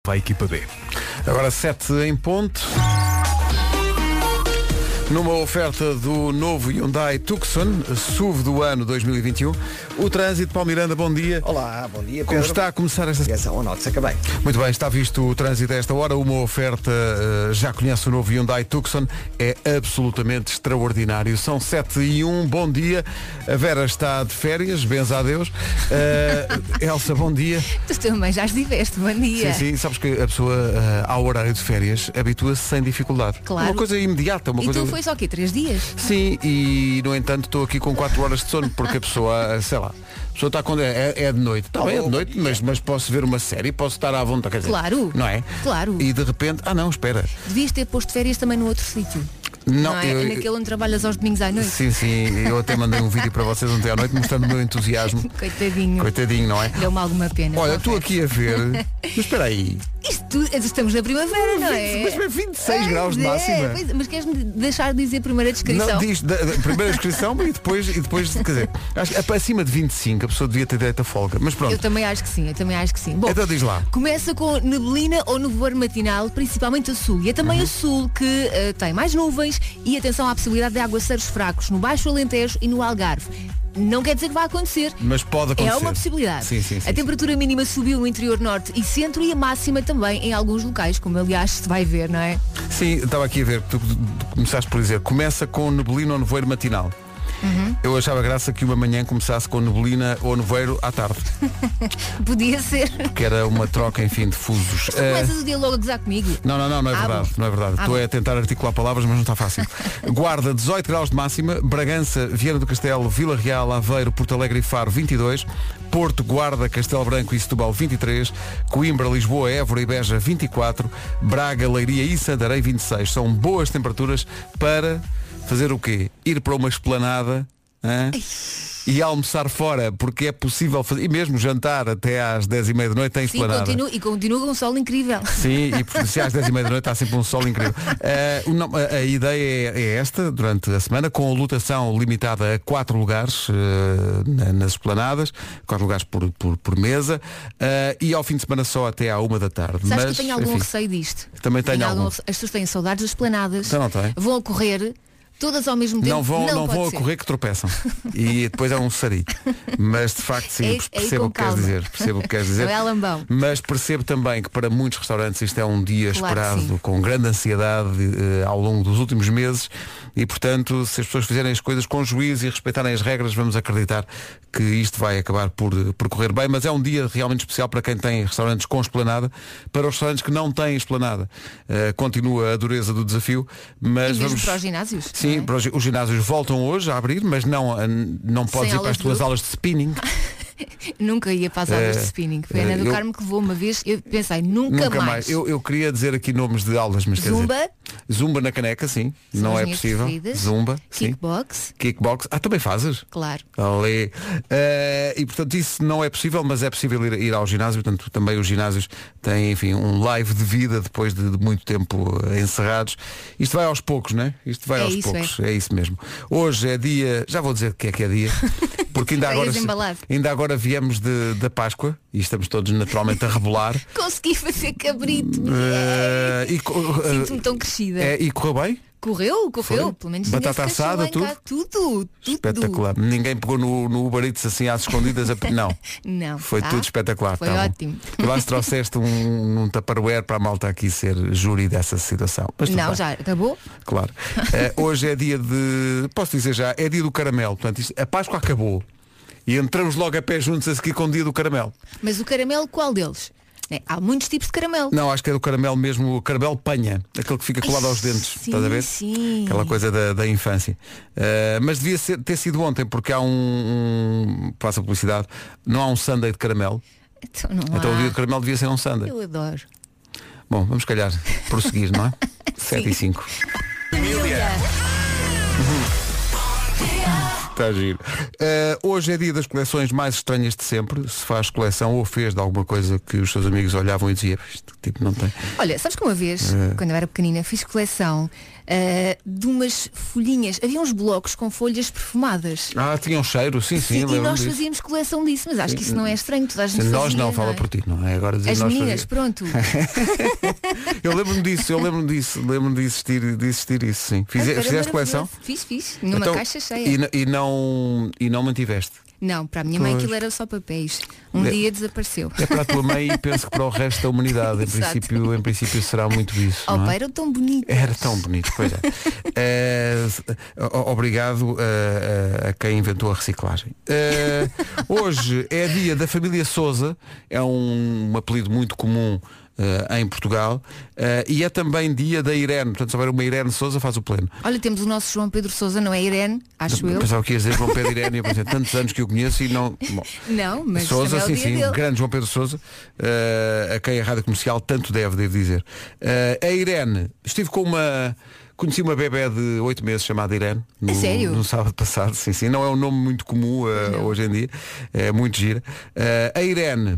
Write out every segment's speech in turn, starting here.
Vai equipa B. Agora 7 em ponto. Numa oferta do novo Hyundai Tucson, SUV do ano 2021. O trânsito, Paulo Miranda, bom dia. Olá, bom dia, Pedro. Como está a começar esta... Acabei. Muito bem, está visto o trânsito a esta hora. Uma oferta, já conhece o novo Hyundai Tucson, é absolutamente extraordinário. São 7 e 1, bom dia. A Vera está de férias, benza a Deus. Elsa, bom dia. Tu também já estiveste, bom dia. Sim, sabes que a pessoa, ao horário de férias, habitua-se sem dificuldade. Claro. Uma coisa imediata. Uma e coisa... tu foi só o quê? 3 dias? Sim, e no entanto estou aqui com 4 horas de sono, porque a pessoa, sei lá, a pessoa está quando é de noite. Está bem, é de noite, mas posso ver uma série, posso estar à vontade. Quer dizer, claro. Não é? Claro. E de repente, não, espera. Devias ter posto férias também no outro sítio. Não é? Naquele onde trabalhas aos domingos à noite. Sim, eu até mandei um vídeo para vocês ontem à noite mostrando o meu entusiasmo. Coitadinho, não é? Deu-me alguma pena. Olha, estou aqui a ver. Mas espera aí. Estamos na primavera, não é? Mas 26 graus de máxima. Mas queres-me deixar de dizer a primeira descrição? Não, diz da primeira descrição e depois, quer dizer, acho que acima de 25 a pessoa devia ter direito a folga. Mas pronto. Eu também acho que sim. Bom, então diz lá. Começa com neblina ou nevoeiro matinal, principalmente a sul. E é também a sul que tem mais nuvens e atenção à possibilidade de aguaceiros fracos no Baixo Alentejo e no Algarve. Não quer dizer que vai acontecer. Mas pode acontecer. É uma possibilidade. Sim. A temperatura mínima subiu no interior norte e centro e a máxima também em alguns locais, como aliás se vai ver, não é? Sim, estava aqui a ver, tu começaste por dizer, começa com neblina ou nevoeiro matinal. Eu achava graça que uma manhã começasse com neblina ou nevoeiro à tarde. Podia ser. Que era uma troca, enfim, de fusos. Tu começas o dia logo a gozar comigo. Não é verdade. Bom. Não é verdade. Estou a tentar articular palavras, mas não está fácil. Guarda 18 graus de máxima, Bragança, Viana do Castelo, Vila Real, Aveiro, Porto Alegre e Faro 22, Porto, Guarda, Castelo Branco e Setúbal 23, Coimbra, Lisboa, Évora e Beja 24, Braga, Leiria e Santarém 26. São boas temperaturas para fazer o quê? Ir para uma esplanada e almoçar fora, porque é possível fazer, e mesmo jantar até às 10h30 da noite tem esplanada. Continua com um sol incrível. Sim, e se às 10h30 da noite está sempre um sol incrível. A ideia é esta, durante a semana, com a lotação limitada a 4 lugares nas esplanadas, 4 lugares por mesa, e ao fim de semana só até à 1 da tarde. Sabes que eu tenho algum receio disto? Também tenho algum. As pessoas têm saudades das esplanadas. Então não tem. Vão a correr todas ao mesmo tempo. Não vão a correr que tropeçam. E depois é um sari. Mas de facto sim, percebo o que queres dizer. Não é lambão. Mas percebo também que para muitos restaurantes isto é um dia esperado com grande ansiedade ao longo dos últimos meses. E portanto, se as pessoas fizerem as coisas com juízo e respeitarem as regras, vamos acreditar que isto vai acabar por correr bem. Mas é um dia realmente especial para quem tem restaurantes com esplanada. Para os restaurantes que não têm esplanada, continua a dureza do desafio. Mas e mesmo para os ginásios? Sim, os ginásios voltam hoje a abrir, mas não podes ir para as tuas aulas de spinning. Nunca ia para as aulas de spinning. Foi a Ana do Carmo que levou uma vez. Eu pensei, nunca mais. Eu queria dizer aqui nomes de aulas, mas Zumba. Quer dizer, Zumba na caneca, sim. São não as é minhas possível. preferidas. Zumba, Kickbox. Kickbox. Também fazes? Claro. Ali. E portanto isso não é possível, mas é possível ir ao ginásio. Portanto também os ginásios têm, enfim, um live de vida depois de muito tempo encerrados. Isto vai aos poucos, não é? Isto vai aos poucos. É isso mesmo. Hoje é dia, já vou dizer que é dia, porque ainda agora viemos da Páscoa e estamos todos naturalmente a rebolar. Consegui fazer cabrito. Sinto-me tão crescida. E correu bem? Correu, pelo menos batata assada, tudo? Espetacular. Ninguém pegou no Uber Eats assim às escondidas? Não. Foi tudo espetacular. Foi ótimo. E lá se trouxeste um Tupperware para a malta aqui ser júri dessa situação. Mas não, já acabou? Claro. Hoje é dia posso dizer já, é dia do caramelo. Portanto, a Páscoa acabou. E entramos logo a pé juntos a seguir com o dia do caramelo. Mas o caramelo, qual deles? Há muitos tipos de caramelo. Não, acho que é do caramelo mesmo, o caramelo panha, aquele que fica colado aos dentes. Sim, estás a ver? Sim. Aquela coisa da infância. Mas devia ter sido ontem, porque há passa a publicidade, não há um sundae de caramelo. Então o dia do caramelo devia ser um sundae. Eu adoro. Bom, vamos calhar prosseguir, não é? 7 e 5. Está giro. Hoje é dia das coleções mais estranhas de sempre. Se faz coleção ou fez de alguma coisa que os seus amigos olhavam e diziam, isto tipo não tem. Olha, sabes que uma vez, quando eu era pequenina, fiz coleção de umas folhinhas. Havia uns blocos com folhas perfumadas. Tinha um cheiro, sim. E nós fazíamos coleção disso, mas acho que isso não é estranho. Toda a gente nós fazia, não, fala por ti, não é? Agora dizer as nós meninas, fazia. pronto. Eu lembro-me de existir isso, sim. Fizeste coleção? Fiz, numa caixa cheia. E não mantiveste? Não, para a minha mãe aquilo era só papéis. Dia desapareceu. É para a tua mãe e penso que para o resto da humanidade. Em princípio será muito isso. Oh, pai, era tão bonito. Era tão bonito, pois é. Obrigado a quem inventou a reciclagem. Hoje é dia da família Sousa. É um apelido muito comum em Portugal, e é também dia da Irene. Portanto, se houver uma Irene Sousa, faz o pleno. Olha, temos o nosso João Pedro Sousa, não é Irene? Acho eu. Pensava que ia dizer João Pedro Irene, eu pensei, tantos anos que eu conheço e não... Bom, não, mas Sousa, é o dia sim, dele. grande João Pedro Sousa, a quem a Rádio Comercial tanto devo dizer. A Irene, conheci uma bebé de 8 meses chamada Irene. Sério? No sábado passado, sim. Não é um nome muito comum hoje em dia. É muito gira. A Irene,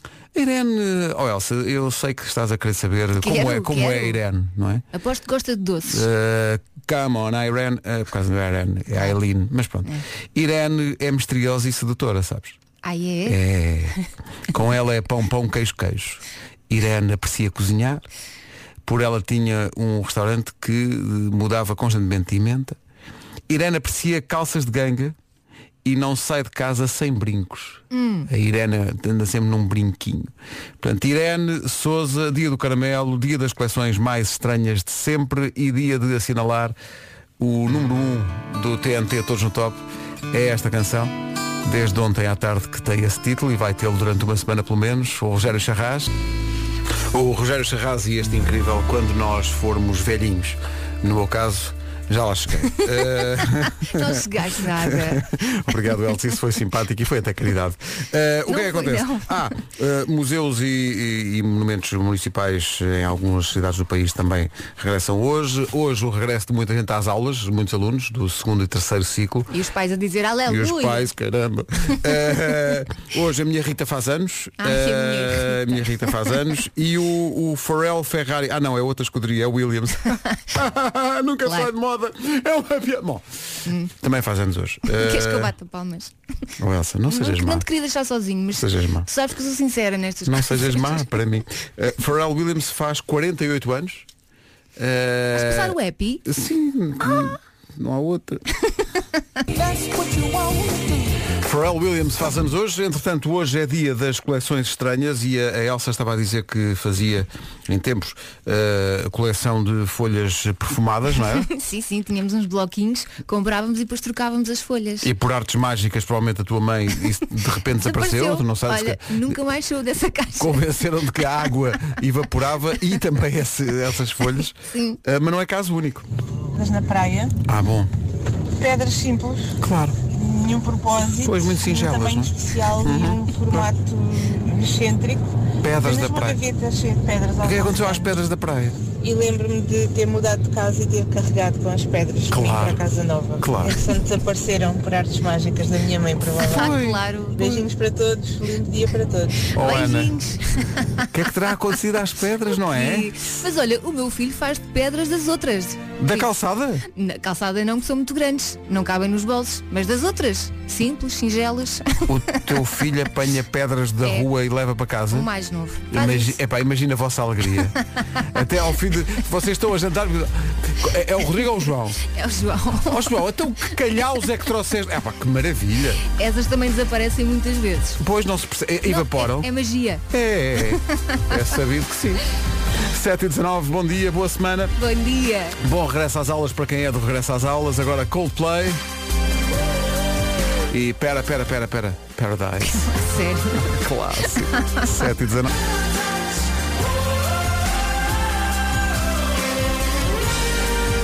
Elsa, eu sei que estás a querer saber como é a Irene, não é? Aposto que gosta de doces. Come on, Irene, por causa da Irene, é a Aileen, mas pronto. Irene é misteriosa e sedutora, sabes? É? Com ela é pão, queijo. Irene aprecia cozinhar. Por ela tinha um restaurante que mudava constantemente de emenda. Irene aprecia calças de ganga e não sai de casa sem brincos. A Irene anda sempre num brinquinho. Portanto, Irene Sousa, dia do caramelo, dia das coleções mais estranhas de sempre e dia de assinalar o número 1 do TNT Todos no Top. É esta canção, desde ontem à tarde, que tem esse título e vai tê-lo durante uma semana pelo menos, o Rogério Charras. O Rogério Charras e este incrível Quando Nós Formos Velhinhos. No meu caso, já lá cheguei. Não chegaste nada. Obrigado, Elsa, isso foi simpático e foi até caridade. O que é que acontece? Museus e monumentos municipais em algumas cidades do país também regressam hoje. Hoje o regresso de muita gente às aulas, muitos alunos do 2º e 3º ciclo. E os pais a dizer aleluia. E os pais, caramba. Hoje a minha Rita faz anos. A minha Rita faz anos. E o Pharrell Ferrari. Não, é outra escuderia, é o Williams. Nunca sai de moda. É uma piada. Bom, também faz anos hoje. Queres que eu bata palmas? Elsa, não sejas má. Não te queria deixar sozinho, mas sejas má. Tu sabes que eu sou sincera nestas coisas. Não sejas má para mim. Pharrell Williams faz 48 anos. Vais passar o happy? Sim, não há outra. Pharrell Williams faz anos hoje. Entretanto, hoje é dia das coleções estranhas e a Elsa estava a dizer que fazia em tempos a coleção de folhas perfumadas, não é? Sim, tínhamos uns bloquinhos, comprávamos e depois trocávamos as folhas. E por artes mágicas, provavelmente a tua mãe isso de repente desapareceu. Tu não sabes. Olha, nunca mais saiu dessa caixa. Convenceram de que a água evaporava e também essas folhas. Sim. Mas não é caso único. Mas na praia. Bom. Pedras simples. Claro. Nenhum propósito. Pois muito singelas, um tamanho especial e um formato excêntrico. Pedras da praia. Cheia de pedras. O que aconteceu às pedras da praia? E lembro-me de ter mudado de casa e ter carregado com as pedras para a casa nova. Claro. Entretanto, desapareceram por artes mágicas da minha mãe, provavelmente. Claro. Beijinhos para todos, lindo dia para todos. Beijinhos. Ana, o que é que terá acontecido às pedras, não é? Sim. Mas olha, o meu filho faz de pedras das outras. Da calçada? Na calçada não, que são muito grandes, não cabem nos bolsos, mas das outras, simples, singelas. O teu filho apanha pedras da rua e leva para casa? O mais novo. Imagina a vossa alegria. Até ao fim de... Vocês estão a jantar... É o Rodrigo ou o João? É o João. João, então que calhaus é que trouxeste? Que maravilha. Essas também desaparecem muitas vezes. Pois não se percebe. Evaporam. É magia. É sabido que sim. 7h19, bom dia, boa semana. Bom dia. Bom regresso às aulas para quem é do regresso às aulas. Agora Coldplay. E pera. Paradise. Sério? Clássico. 7h19.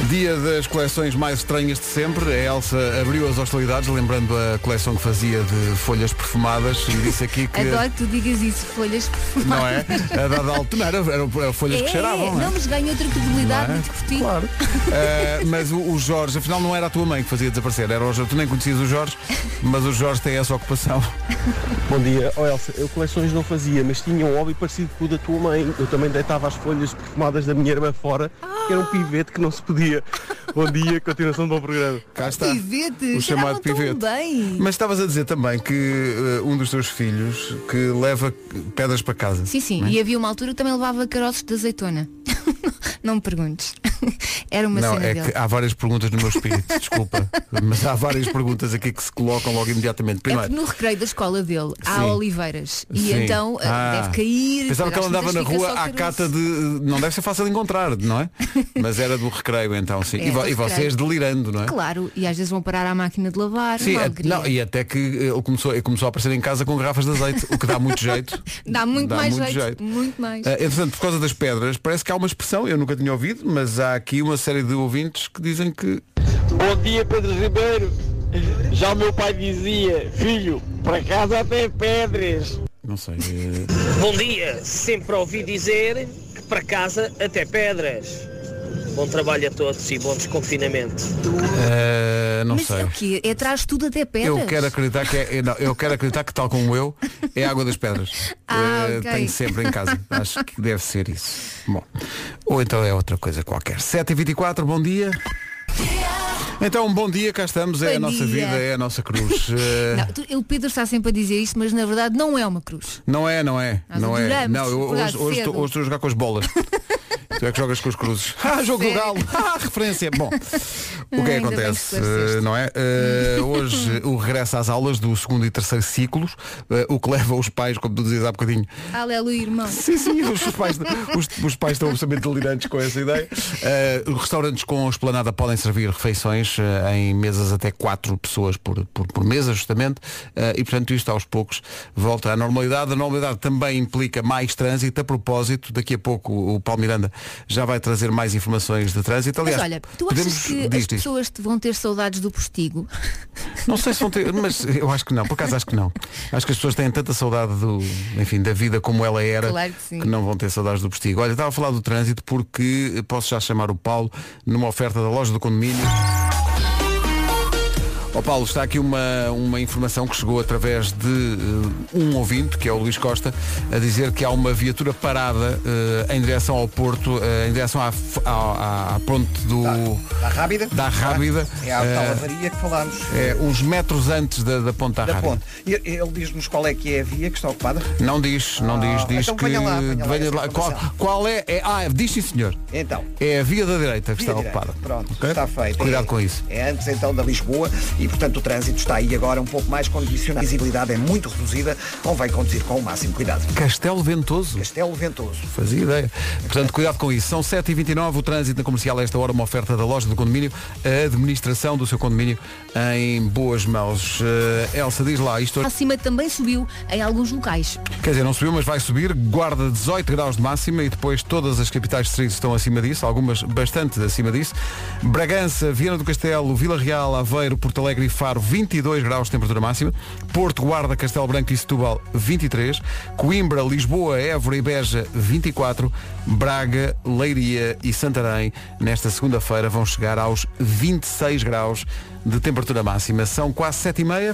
Dia das coleções mais estranhas de sempre. A Elsa abriu as hostilidades, lembrando a coleção que fazia de folhas perfumadas, e disse aqui que... Adoro que tu digas isso, folhas perfumadas. Não é? A dada altura eram folhas que cheiravam. Não, mas ganha outra credibilidade de discutir. Claro. Mas o Jorge, afinal não era a tua mãe que fazia desaparecer, era o Jorge. Tu nem conhecias o Jorge, mas o Jorge tem essa ocupação. Bom dia. Elsa, eu coleções não fazia, mas tinha um hobby parecido com o da tua mãe. Eu também deitava as folhas perfumadas da minha irmã fora, que era um pivete que não se podia. Bom dia, continuação do bom programa. Cá está. Pivete, o chamado pivete. Bem. Mas estavas a dizer também que um dos teus filhos que leva pedras para casa. Sim, é? E havia uma altura que também levava caroços de azeitona. Não me perguntes. Era uma não, cena é dele. Que há várias perguntas no meu espírito, desculpa. Mas há várias perguntas aqui que se colocam logo imediatamente. Primeiro, é que no recreio da escola dele há oliveiras. E Sim. então deve cair. Pensava que ela andava na rua à cata de... Não deve ser fácil de encontrar, não é? Mas era do recreio então, sim. E vocês delirando, não é? Claro, e às vezes vão parar à máquina de lavar. Sim, e até que ele começou a aparecer em casa com garrafas de azeite, o que dá muito jeito. Dá muito mais jeito. Muito mais. Entretanto, por causa das pedras, parece que há uma expressão, eu nunca tinha ouvido, mas há aqui uma série de ouvintes que dizem que... Bom dia, Pedro Ribeiro. Já o meu pai dizia, filho, para casa até pedras. Não sei. Bom dia, sempre ouvi dizer que para casa até pedras. Bom trabalho a todos e bom desconfinamento. Não mas sei. É o quê? É traz tudo até pedras? Eu quero acreditar que tal como eu, é água das pedras. Okay. Tenho sempre em casa. Acho que deve ser isso. Bom. Ou então é outra coisa qualquer. 7h24, bom dia. Então, bom dia, cá estamos, é a nossa vida, é a nossa cruz. O Pedro está sempre a dizer isto, mas na verdade não é uma cruz. Não é. Nós adoramos, Não, hoje estou a jogar com as bolas. Tu é que jogas com os cruzes. Jogo do galo. Referência. Bom, o que é que acontece? Não é? Hoje o regresso às aulas do segundo e terceiro ciclos, o que leva os pais, como tu dizias há bocadinho. Aleluia, irmão. Sim, os pais estão absolutamente delirantes com essa ideia. Os restaurantes com esplanada podem servir refeições em mesas até 4 pessoas por mesa, justamente. E portanto isto aos poucos volta à normalidade. A normalidade também implica mais trânsito. A propósito, daqui a pouco o Paulo Miranda já vai trazer mais informações de trânsito. Aliás, mas olha, tu achas que as pessoas vão ter saudades do postigo? Não sei se vão ter, mas eu acho que não, por acaso acho que não. Acho que as pessoas têm tanta saudade da vida como ela era, claro que não vão ter saudades do postigo. Olha, estava a falar do trânsito porque posso já chamar o Paulo numa oferta da loja do condomínio. Paulo, está aqui uma informação que chegou através de um ouvinte, que é o Luís Costa, a dizer que há uma viatura parada em direção ao Porto, em direção à ponte da Rábida. É a tal avaria que falámos. Uns metros antes da ponte da Rábida. Ponte. Ele diz-nos qual é que é a via que está ocupada? Não diz. Diz então que... venha lá qual é? Diz sim, senhor. Então. É a via da direita que está ocupada. Pronto, okay? Está feito. Cuidado com isso. É antes então da Lisboa e portanto o trânsito está aí agora um pouco mais condicionado. A visibilidade é muito reduzida, convém conduzir com o máximo cuidado. Castelo Ventoso. Fazia ideia. Portanto, cuidado com isso. São 7h29, o trânsito na comercial a esta hora, uma oferta da loja do condomínio, a administração do seu condomínio em boas mãos. Elsa, diz lá, isto... Acima também subiu em alguns locais. Quer dizer, não subiu, mas vai subir. Guarda 18 graus de máxima e depois todas as capitais distritos estão acima disso, algumas bastante acima disso. Bragança, Viana do Castelo, Vila Real, Aveiro, Porto Alegre e Faro, 22 graus de temperatura máxima. Porto, Guarda, Castelo Branco e Setúbal, 23. Coimbra, Lisboa, Évora e Beja, 24. Braga, Leiria e Santarém, nesta segunda-feira, vão chegar aos 26 graus de temperatura máxima. São quase 7h30.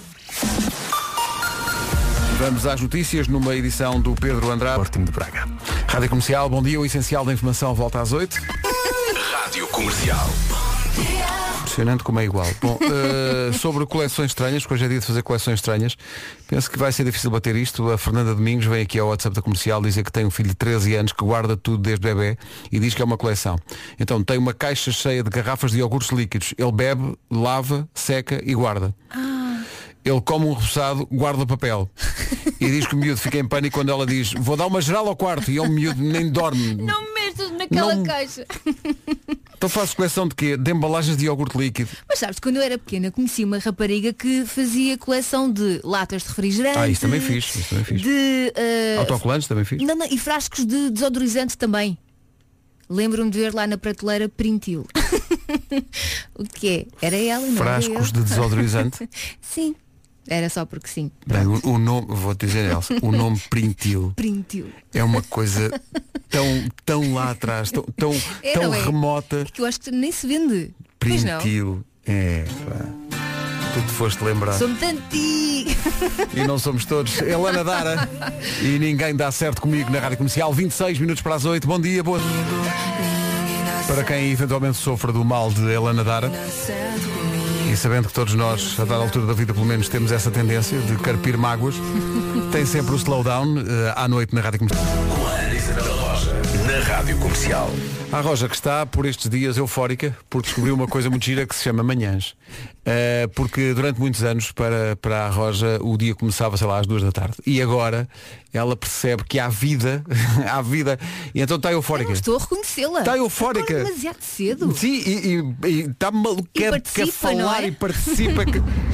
Vamos às notícias numa edição do Pedro Andrade. Sporting de Braga. Rádio Comercial, bom dia. O essencial da informação volta às 8. Rádio Comercial. Impressionante como é igual. Bom, sobre coleções estranhas, porque hoje é dia de fazer coleções estranhas, penso que vai ser difícil bater isto. A Fernanda Domingos vem aqui ao WhatsApp da Comercial dizer que tem um filho de 13 anos que guarda tudo desde bebê e diz que é uma coleção. Então tem uma caixa cheia de garrafas de iogurtes líquidos. Ele bebe, lava, seca e guarda. Ele come um repousado, guarda o papel. E diz que o miúdo fica em pânico quando ela diz vou dar uma geral ao quarto e o miúdo nem dorme. Não me metas naquela caixa. Então faço coleção de quê? De embalagens de iogurte líquido. Mas sabes, quando eu era pequena conheci uma rapariga que fazia coleção de latas de refrigerante. Isso também fiz. De autocolantes também fiz. Não, e frascos de desodorizante também. Lembro-me de ver lá na prateleira Printil. O quê? Era ela, não era Frascos eu. de desodorizante. Sim, era só porque sim. Bem, o nome, vou-te dizer, Elsa, o nome Printil Printil. é uma coisa tão lá atrás, tão não é? remota. Que eu acho que nem se vende. Pois não. Printil. Pá. Tu te foste lembrar. Sou-me tanti. E não somos todos. Elana Dara. E ninguém dá certo comigo na Rádio Comercial. 26 minutos para as 8. Bom dia, boa. Para quem eventualmente sofre do mal de Elana Dara, e sabendo que todos nós, a dada altura da vida pelo menos, temos essa tendência de carpir mágoas, tem sempre o slowdown à noite na Rádio Comercial. Com a Ana Isabel Roja, na Rádio Comercial. A Roja que está por estes dias eufórica por descobrir uma coisa muito gira que se chama manhãs. Porque durante muitos anos para a Roja o dia começava, sei lá, às 2 da tarde. E agora ela percebe que há vida, há vida, e então está eufórica. Eu não estou a reconhecê-la. Está eufórica. Acorda demasiado cedo. Sim, e está maluca, quer falar, não é? e participa.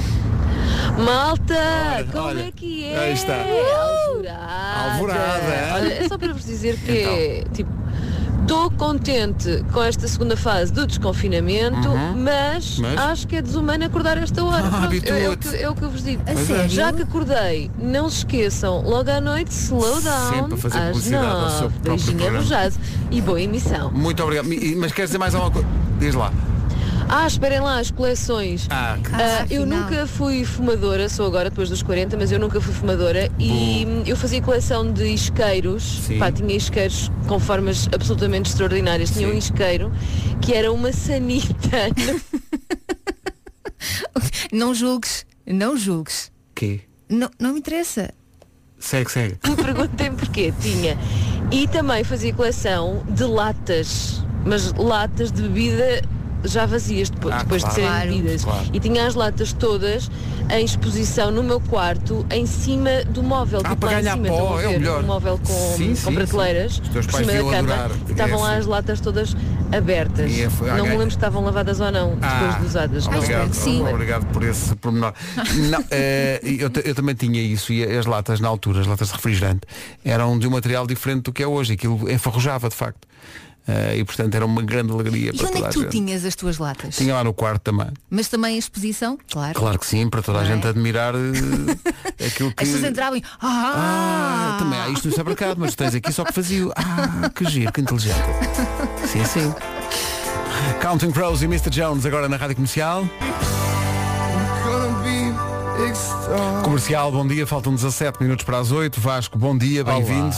Malta, como olha, é que é? aí está. Alvorada. Olha, é só para vos dizer que estou contente com esta segunda fase do desconfinamento, mas acho que é desumano acordar esta hora. Pronto, é o que eu vos digo. Já que acordei, não se esqueçam, logo à noite, slow down, sempre a fazer às publicidade ao seu 9. próprio Beijinho programa. arrojado e boa emissão. Muito obrigado. Mas queres dizer mais alguma coisa? Diz lá. Esperem lá as coleções. Eu nunca fui fumadora, sou agora depois dos 40, mas eu nunca fui fumadora e eu fazia coleção de isqueiros. Pá, tinha isqueiros com formas absolutamente extraordinárias. Tinha um isqueiro que era uma sanita. Não julgues. Quê? Não me interessa. Segue. Me perguntem porquê. Tinha. E também fazia coleção de latas, mas latas de bebida já vazias depois de serem bebidas. E tinha as latas todas em exposição no meu quarto, em cima do móvel. Para lá em ganhar cima, pó, é o melhor. Um móvel com prateleiras, Os teus por pais cima da deviam cama. adorar. E estavam lá as latas todas abertas. Não me lembro se estavam lavadas ou não, depois de usadas. Obrigado, sim. Obrigado por esse pormenor. Não, eu também tinha isso, e as latas na altura, as latas de refrigerante, eram de um material diferente do que é hoje. Aquilo enferrujava de facto. E portanto era uma grande alegria. E para onde é toda que a tu gente. tinhas as tuas latas? Tinha lá no quarto também. Mas também a exposição? Claro que sim, para toda a gente admirar aquilo que... As pessoas entravam e... também isto não está marcado, mas tens aqui só que fazia. Que giro, que inteligente. Sim. Counting Crows e Mr. Jones agora na Rádio Comercial. Comercial, bom dia, faltam 17 minutos para as 8. Vasco, bom dia, bem-vindo.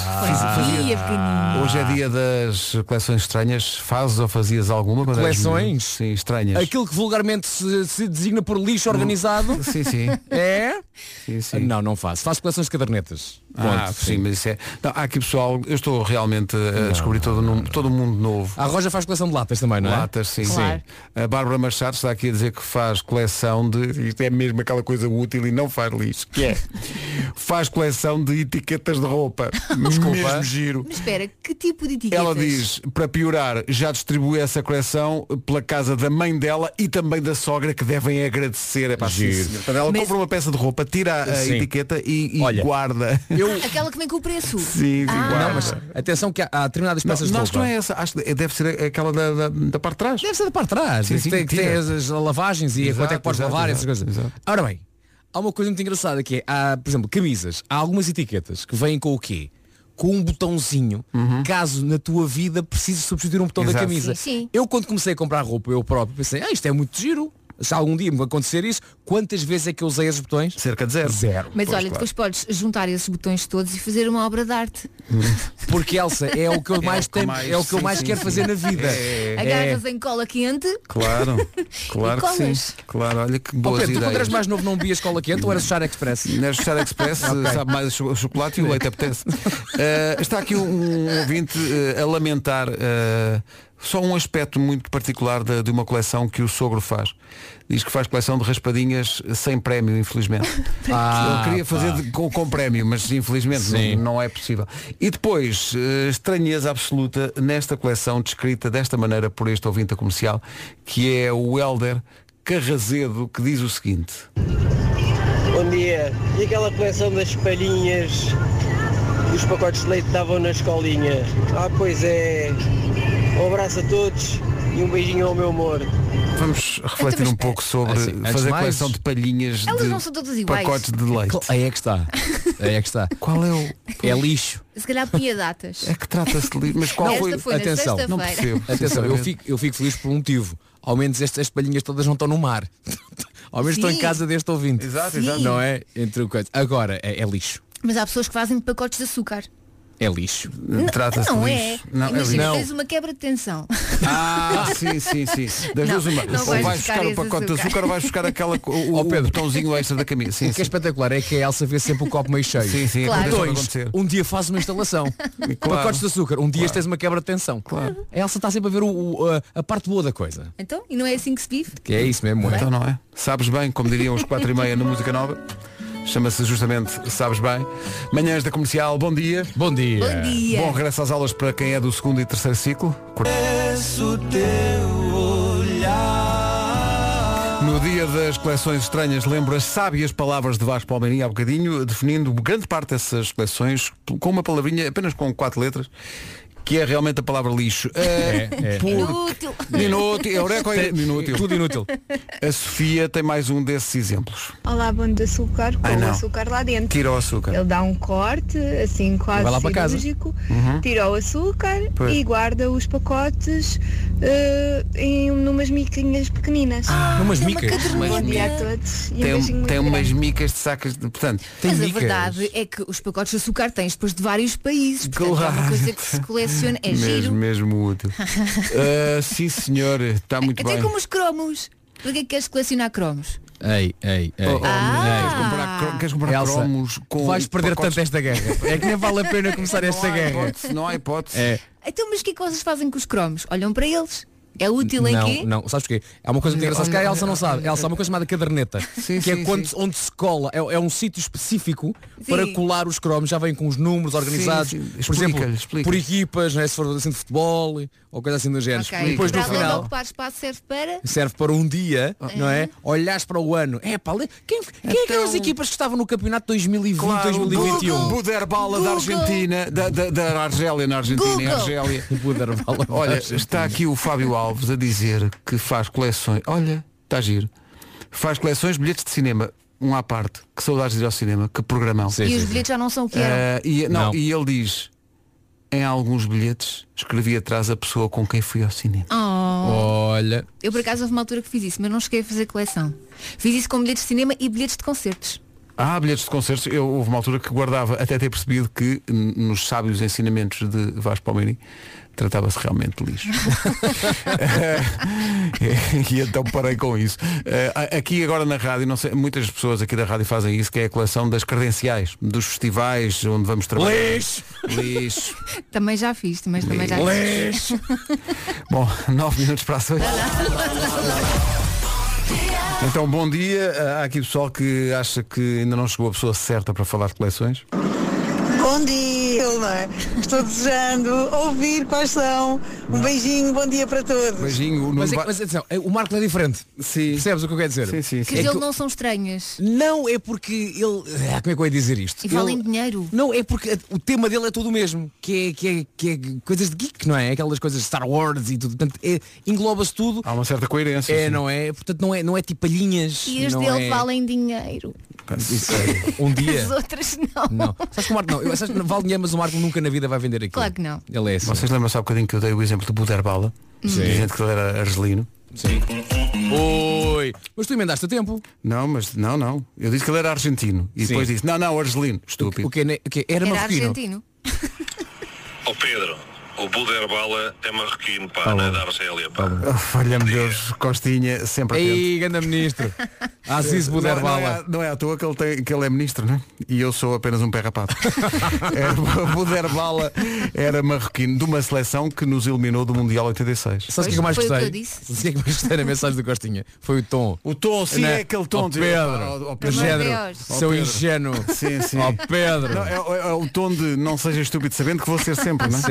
Hoje é dia das coleções estranhas. Fazes ou fazias alguma? Coleções? Sim, estranhas. Aquilo que vulgarmente se designa por lixo organizado. Sim. É? Sim. Não faço. Faço coleções de cadernetas. Sim, mas isso é. Não, há aqui pessoal, eu estou realmente a descobrir todo um mundo novo. A Roja faz coleção de latas também, não é? Latas, sim. Claro. A Bárbara Machado está aqui a dizer que faz coleção de. Isto é mesmo aquela coisa útil e não faz lixo. Que é? Faz coleção de etiquetas de roupa. Desculpa. Mesmo giro. Mas espera, que tipo de etiquetas? Ela diz, para piorar, já distribui essa coleção pela casa da mãe dela e também da sogra, que devem agradecer. É para Giro. Portanto, ela compra uma peça de roupa, tira a Sim. etiqueta e Olha, guarda. Aquela que vem com o preço. Sim, guarda. Não, mas atenção que há determinadas peças de Não, roupa. acho que não é essa. Acho que deve ser aquela da parte de trás. Deve ser da parte de trás. Sim, tem as lavagens e quanto é que podes lavar essas coisas. Exato. Ora bem, há uma coisa muito engraçada que é, por exemplo, camisas. Há algumas etiquetas que vêm com o quê? Com um botãozinho, caso na tua vida precises substituir um botão da Exato. camisa. Sim. Eu quando comecei a comprar roupa, eu próprio pensei, isto é muito giro. Se algum dia me acontecer isso, quantas vezes é que eu usei esses botões? Cerca de zero. Mas Pois, olha, claro. depois podes juntar esses botões todos e fazer uma obra de arte. Porque Elsa, é o que eu mais tenho, é o que eu mais sim, quero sim. fazer na vida. Agarras em cola quente. Claro que sim. colas. Claro, olha que Ó boas Pedro, tu quando ideias. eras mais novo não bebias cola quente ou eras Char Express? Na Char Express sabe mais o chocolate e o leite apetece. Está aqui um ouvinte a lamentar só um aspecto muito particular de uma coleção que o sogro faz. Diz que faz coleção de raspadinhas sem prémio, infelizmente. Ele queria fazer com prémio, mas infelizmente não é possível. E depois, estranheza absoluta nesta coleção descrita desta maneira por este ouvinte comercial, que é o Helder Carrazedo, que diz o seguinte. Bom dia. E aquela coleção das palhinhas e os pacotes de leite que davam na escolinha? Pois é. Um abraço a todos e um beijinho ao meu amor. Vamos refletir um pouco sobre fazer coleção de palhinhas. Elas não são todas iguais. Pacotes de leite. Aí é que está. Aí é que está. Qual é o... É lixo. Se calhar punha datas. É que trata-se de lixo. Mas qual foi? Atenção, não percebo. Atenção, eu fico feliz por um motivo. Ao menos estas palhinhas todas não estão no mar. Ao menos estão em casa deste ouvinte. Exato. Não é? Entre o coisa. Agora, é lixo. Mas há pessoas que fazem pacotes de açúcar. É lixo. Trata-se de lixo. Não, imagina, tens uma quebra de tensão. Sim. Das duas uma. Ou vais buscar o pacote de açúcar ou vais buscar o botãozinho extra da camisa. O que é espetacular é que a Elsa vê sempre o copo meio cheio. Sim, claro. Um dia faz uma instalação. Pacotes de açúcar. Um dia tens uma quebra de tensão. Claro. A Elsa está sempre a ver a parte boa da coisa. Então, e não é assim que se vive? Que é isso mesmo, Então não é? Sabes bem, como diriam os 4:30 na Música Nova. Chama-se justamente Sabes Bem. Manhãs da Comercial, bom dia. Bom dia. Bom dia. Bom regresso às aulas para quem é do 2º e 3º ciclo. No dia das coleções estranhas, lembro as sábias palavras de Vasco Palmeirinho há bocadinho, definindo grande parte dessas coleções com uma palavrinha apenas com 4 letras, que é realmente a palavra lixo. Inútil. Inútil. Tudo inútil. A Sofia tem mais um desses exemplos. Olá, bom de açúcar, com o açúcar lá dentro. Tira o açúcar. Ele dá um corte, assim, quase cirúrgico, tira o açúcar e guarda os pacotes numas miquinhas pequeninas. Numas micas? Bom dia a todos. Tem umas micas de sacas de... Portanto, mas a verdade é que os pacotes de açúcar tens depois de vários países. Portanto, é uma coisa que se coleciona, é giro. Mesmo útil. Sim senhor, está muito bem. Até como os cromos. Para que é que queres colecionar cromos? Ei. Queres comprar Elsa, cromos com... vais perder tanto esta guerra. É que nem vale a pena começar esta guerra. Não há hipótese. Então, mas o que é que vocês fazem com os cromos? Olham para eles? É útil em quê? Não, sabes porquê? Há uma coisa muito engraçada que a Elsa não sabe. Elsa, há uma coisa chamada caderneta, onde se cola. É um sítio específico para colar os cromos. Já vem com os números organizados. Por exemplo, por equipas, né, se for assim de futebol ou coisa assim do género. Okay. E depois no final ocupar espaço serve para um dia, não é? Olhares para o ano. Quem é que eram as equipas que estavam no campeonato 2020, 2021? Buderbala da Argentina, da Argélia, na Argentina, e Argélia. Olha, está aqui o Fábio Alves a dizer que faz coleções. Olha, está giro. Faz coleções de bilhetes de cinema. Um à parte. Que saudades de ir ao cinema. Que programão. E os bilhetes já não são o que eram. E ele diz, em alguns bilhetes, escrevi atrás a pessoa com quem fui ao cinema. Olha. Eu por acaso houve uma altura que fiz isso, mas não cheguei a fazer coleção. Fiz isso com bilhetes de cinema e bilhetes de concertos. Bilhetes de concertos. Houve uma altura que guardava, até ter percebido que nos sábios ensinamentos de Vasco Palmeirinho tratava-se realmente de lixo. E então parei com isso. Aqui agora na rádio, não sei, muitas pessoas aqui da rádio fazem isso, que é a coleção das credenciais dos festivais onde vamos trabalhar. Lixo. Também já fiz, mas também já fiz. Lixo. Bom, 9 minutos para as 8. Então, bom dia. Há aqui pessoal que acha que ainda não chegou a pessoa certa para falar de coleções. Bom dia, Hilmar. Estou desejando ouvir quais são. Um beijinho, bom dia para todos. Beijinho. Mas atenção, o Marco é diferente. Sim. Percebes o que eu quero dizer? Sim. Que ele não são estranhas. Não, é porque ele... como é que eu ia dizer isto? E fala em dinheiro. Não, é porque o tema dele é todo o mesmo. Que é coisas de geek, não é? Aquelas coisas de Star Wars e tudo. Portanto, engloba-se tudo. Há uma certa coerência. Não é? Portanto, não é tipo palhinhas. E as dele falam em dinheiro. Isso é. Um dia. As outras não. Sabes que o Marco não. Sabes que vale dinheiro, mas o Marco nunca na vida vai vender aquilo. Claro que não. Ele é assim. Vocês lembram-se há um bocadinho que eu dei o exemplo do Buderbala? Dizendo que ele era argelino. Sim. Oi. Mas tu emendaste a tempo. Não, mas não. Eu disse que ele era argentino. E depois disse, não, argelino. Estúpido. O que era marroquino. Argentino. Pedro, o Buderbala é marroquino, pá, não é da Argélia, pá. Falha-me Deus, Costinha, sempre atento. Ei, ganda ministro. Assis Buderbala. Não é à toa que ele é ministro, não é? E eu sou apenas um pé rapado. Buderbala era marroquino de uma seleção que nos eliminou do Mundial 86. Sabes o que é que eu mais gostei? O que é que mais gostei na mensagem do Costinha? Foi o tom. O tom, sim, é aquele tom de Pedro. Seu ingênuo. Sim. Pedro. É o tom de não seja estúpido sabendo que vou ser sempre, não é? Sim.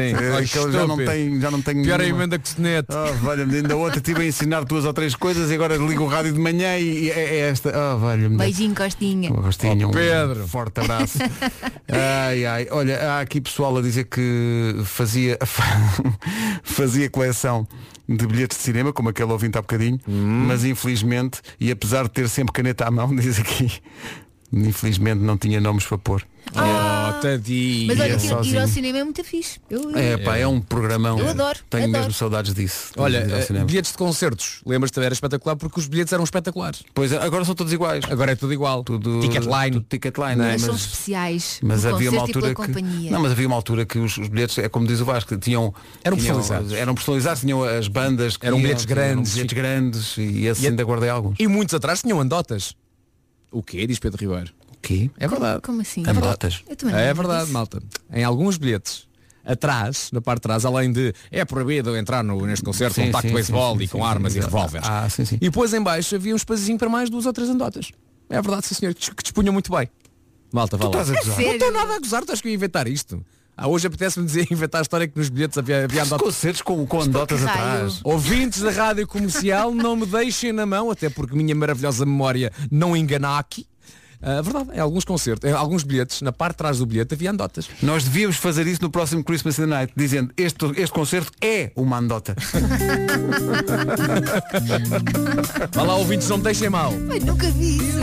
que ele já não tem pior nenhuma. Emenda que sonete. Valha-me, ainda ontem estive a ensinar 2 ou 3 coisas e agora ligo o rádio de manhã e é esta. Valha-me. Beijinho, Costinha. Costinha, Pedro. Forte abraço. Olha, há aqui pessoal a dizer que fazia coleção de bilhetes de cinema, como aquele ouvinte há bocadinho, mas infelizmente, e apesar de ter sempre caneta à mão, diz aqui, infelizmente não tinha nomes para pôr. Tadinho. Mas olha, ir ao cinema é muito fixe. É um programão. Eu adoro. Tenho mesmo saudades disso. Olha, bilhetes de concertos. Lembras-te, era espetacular porque os bilhetes eram espetaculares. Pois agora são todos iguais. Agora é tudo igual. Ticketline. Mas são especiais. Mas havia uma altura havia uma altura que os bilhetes, é como diz o Vasco, eram personalizados, tinham as bandas, eram bilhetes grandes. E esses ainda guardei alguns. E muitos atrás tinham andotas. O quê? Diz Pedro Ribeiro. É verdade. Como assim? Andotas. É verdade, malta. Em alguns bilhetes, atrás, na parte de trás, além de é proibido entrar neste concerto com taco de beisebol e com armas e revólveres. Sim. E depois em baixo havia um espacinho para mais 2 ou 3 andotas. É verdade, sim senhor, que dispunham muito bem. Malta, vá lá. Não estou nada a gozar, tu acho que eu ia inventar isto. Hoje apetece-me inventar a história que nos bilhetes havia andotas. Concertos com andotas atrás. Ouvintes da rádio comercial, não me deixem na mão, até porque minha maravilhosa memória não engana aqui. Verdade, em alguns concertos, em alguns bilhetes, na parte de trás do bilhete havia andotas. Nós devíamos fazer isso no próximo Christmas in the Night, dizendo este concerto é uma andota. Vá lá, ouvintes, não me deixem mal. Eu nunca vi isso.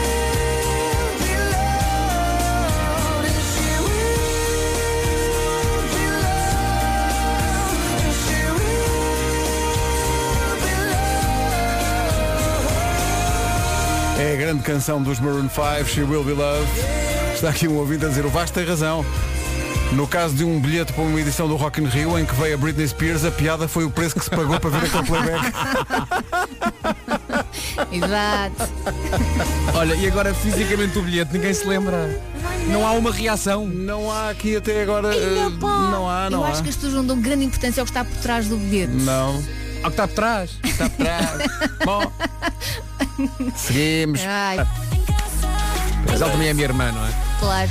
É a grande canção dos Maroon 5, She Will Be Loved. Está aqui um ouvinte a dizer, o Vasco tem razão. No caso de um bilhete para uma edição do Rock in Rio em que veio a Britney Spears, a piada foi o preço que se pagou para ver aquele playback. Exato. Olha, e agora fisicamente o bilhete, ninguém se lembra. Não há uma reação. Não há aqui até agora. Não há. Eu acho que as pessoas não dão grande importância ao que está por trás do bilhete. Não. Ao que está por trás. Está por trás. Bom. Seguimos. Mas ela também é minha irmã, não é? Claro.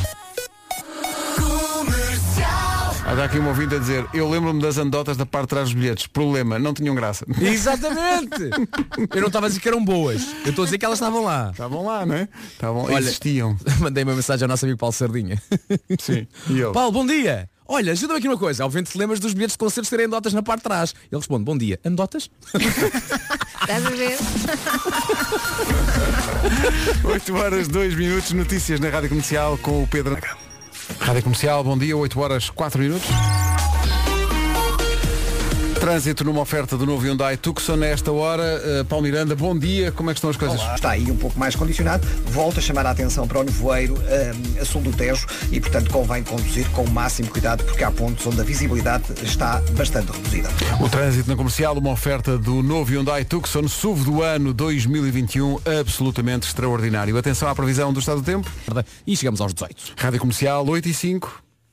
Há aqui um ouvinte a dizer, eu lembro-me das andotas da parte de trás dos bilhetes. Problema, não tinham graça. Exatamente. Eu não estava a dizer que eram boas. Eu estou a dizer que elas estavam lá. Estavam lá, não é? Olha, existiam. Mandei uma mensagem ao nosso amigo Paulo Sardinha. Sim. E eu? Paulo, bom dia. Olha, ajuda-me aqui uma coisa. Obviamente te lembras dos bilhetes de concertos terem andotas na parte de trás. Ele responde, bom dia. Andotas? Estás a ver? 8h02, notícias na Rádio Comercial com o Pedro. Rádio Comercial, bom dia, 8h04. Trânsito numa oferta do novo Hyundai Tucson nesta hora. Paulo Miranda, bom dia, como é que estão as coisas? Olá. Está aí um pouco mais condicionado. Volto a chamar a atenção para o nevoeiro a sul do Tejo e, portanto, convém conduzir com o máximo cuidado porque há pontos onde a visibilidade está bastante reduzida. O trânsito na Comercial, uma oferta do novo Hyundai Tucson, SUV do ano 2021, absolutamente extraordinário. Atenção à previsão do estado do tempo. E chegamos aos 18. Rádio Comercial, 8h05.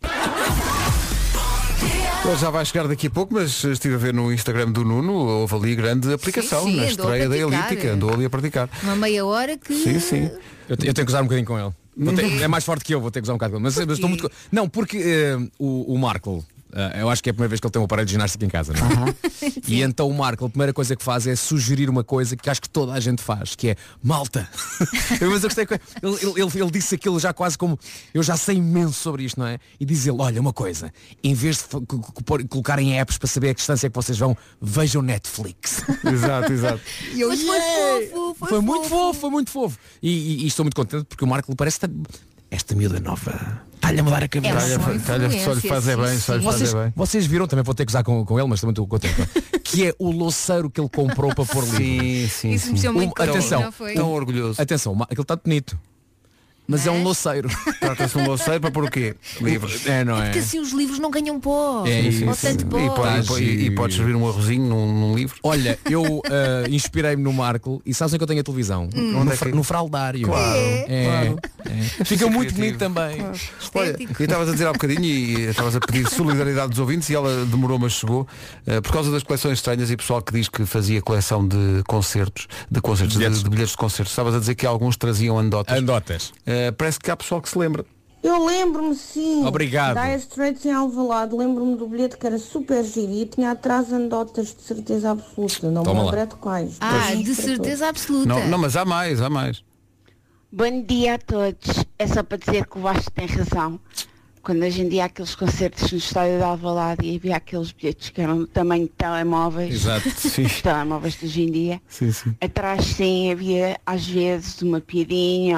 Ele já vai chegar daqui a pouco, mas estive a ver no Instagram do Nuno, houve ali grande aplicação na estreia da elíptica, andou ali a praticar. Uma meia hora que... Sim. Eu tenho que usar um bocadinho com ele. É mais forte que eu, vou ter que usar um bocado com ele. Mas estou muito... Não, porque o Marco... eu acho que é a primeira vez que ele tem um aparelho de ginástica em casa, não é? E então o Marco, a primeira coisa que faz é sugerir uma coisa que acho que toda a gente faz, que é malta. Mas eu gostei que ele disse aquilo já quase como eu já sei imenso sobre isto, não é? E diz ele, olha uma coisa, em vez de colocarem apps para saber a distância que vocês vão, vejam Netflix. Exato. E eu, foi muito fofo. E estou muito contente porque o Marco parece esta miúda nova. Está-lhe a mudar a cabeça. Só lhe fazer bem. Vocês viram, também vou ter que usar com ele, mas também estou contente. Que é o louceiro que ele comprou para pôr livro. Sim. Isso mexeu muito com atenção, não foi? Tão orgulhoso. Atenção, aquele está bonito. Mas é um louceiro. Trata-se um louceiro para pôr o quê? Livros. Não é? Porque assim os livros não ganham pó. É isso. Ou tanto pó. E podes servir um arrozinho num livro. Olha, eu inspirei-me no Marco e sabes onde é que eu tenho a televisão? No fraldário. Claro. Fica muito bonito também. Claro. Olha, e estavas a dizer há bocadinho e estavas a pedir solidariedade dos ouvintes e ela demorou, mas chegou por causa das coleções estranhas e pessoal que diz que fazia coleção de concertos, de bilhetes de concertos. Estavas a dizer que alguns traziam andotas. Andotas. Parece que há pessoal que se lembra. Eu lembro-me, sim. Obrigado. Dire Straits em Alvalade. Lembro-me do bilhete que era super giro e tinha atrás anedotas de certeza absoluta. Não me lembro de quais. De certeza absoluta. Não, mas há mais. Bom dia a todos. É só para dizer que o Vasco tem razão. Quando hoje em dia há aqueles concertos no estádio de Alvalade e havia aqueles bilhetes que eram do tamanho de telemóveis. Exato, sim. Os telemóveis de hoje em dia. Sim. Atrás sim havia às vezes uma piadinha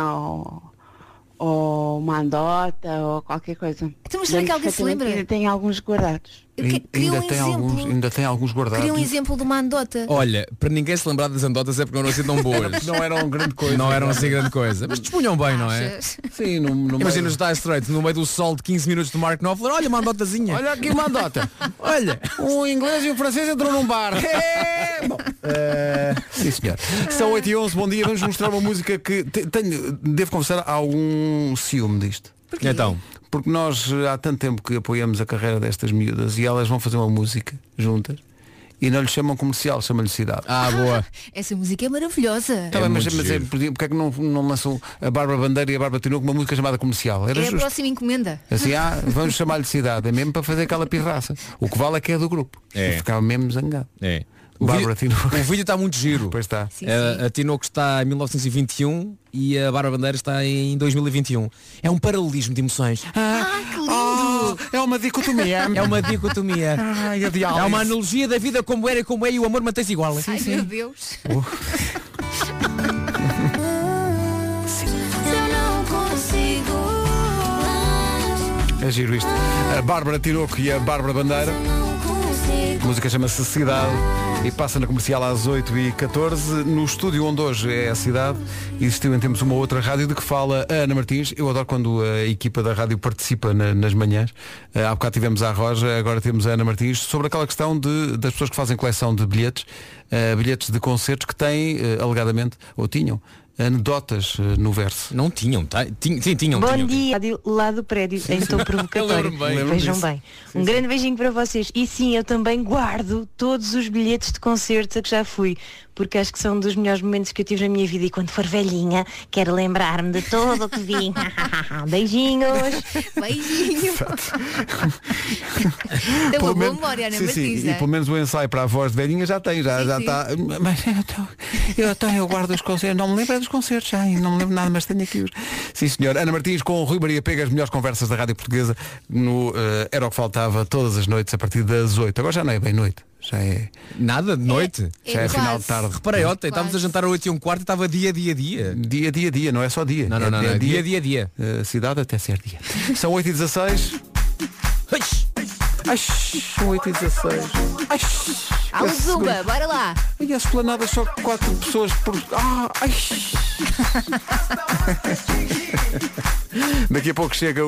ou uma andota ou qualquer coisa. Então, mas será que alguém se lembra? Ainda tem alguns guardados. Ainda tem alguns guardados. Queria um exemplo de uma andota. Olha, para ninguém se lembrar das andotas é porque não eram assim tão boas. Não eram grande coisa. Não eram assim grande coisa. Mas dispunham bem, não é? Sim, imagina os Dire Straits no meio do sol de 15 minutos de Mark Knopfler. Olha uma andotazinha. Olha aqui uma andota. Olha. Um inglês e um francês entram num bar. Bom, sim, senhor. São 8h11, bom dia. Vamos mostrar uma música que devo confessar, há algum ciúme disto. Porquê? Então. Porque nós há tanto tempo que apoiamos a carreira destas miúdas e elas vão fazer uma música juntas e não lhe chamam comercial, chamam-lhe Cidade. Boa. Essa música é maravilhosa. Mas porque é que não lançam a Bárbara Bandeira e a Bárbara Tinoco com uma música chamada comercial? Era justo. A próxima encomenda. Assim, vamos chamar-lhe Cidade, é mesmo para fazer aquela pirraça. O que vale é que é do grupo. Eu ficava mesmo zangado. O vídeo está muito giro. Pois está. Sim. A Tinoco está em 1921 e a Bárbara Bandeira está em 2021. É um paralelismo de emoções. Que lindo! É uma dicotomia. É uma dicotomia. É uma analogia da vida como era e como é e o amor mantém-se igual. Ai, meu Deus. É giro isto. A Bárbara Tinoco e a Bárbara Bandeira. A música chama-se Cidade e passa na comercial às 8h14. No estúdio onde hoje é a Cidade, existiu em tempos uma outra rádio de que fala a Ana Martins. Eu adoro quando a equipa da rádio participa nas manhãs. Há bocado tivemos a Roja, agora temos a Ana Martins, sobre aquela questão das pessoas que fazem coleção de bilhetes, bilhetes de concertos que têm, alegadamente, ou tinham, anedotas no verso. Não tinham, tinham. Bom dia, lá do prédio, em tom provocatório. Vejam bem. Um grande beijinho para vocês. E sim, eu também guardo todos os bilhetes de concertos a que já fui, porque acho que são dos melhores momentos que eu tive na minha vida e quando for velhinha, quero lembrar-me de tudo o que vi. Beijinhos. Beijinhos. Tem uma boa memória, Ana Martins. E pelo menos o ensaio para a voz de velhinha já tem, já está. Mas eu guardo os concertos, não me lembro dos concertos, não me lembro nada, mas tenho aqui os. Sim, senhor. Ana Martins com o Rui Maria Pega, as melhores conversas da Rádio Portuguesa no Era o que Faltava, todas as noites a partir das 8. Agora já não é bem noite. Já é... Nada de noite. Já é final de tarde. Reparei ontem, estávamos a jantar às 8h15 e estava dia. Dia, não é só dia. Não, dia. Cidade até ser dia. São 8h16. São 8h16. Há um zumba, bora lá. E as planadas só 4 pessoas por... Daqui a pouco chega o...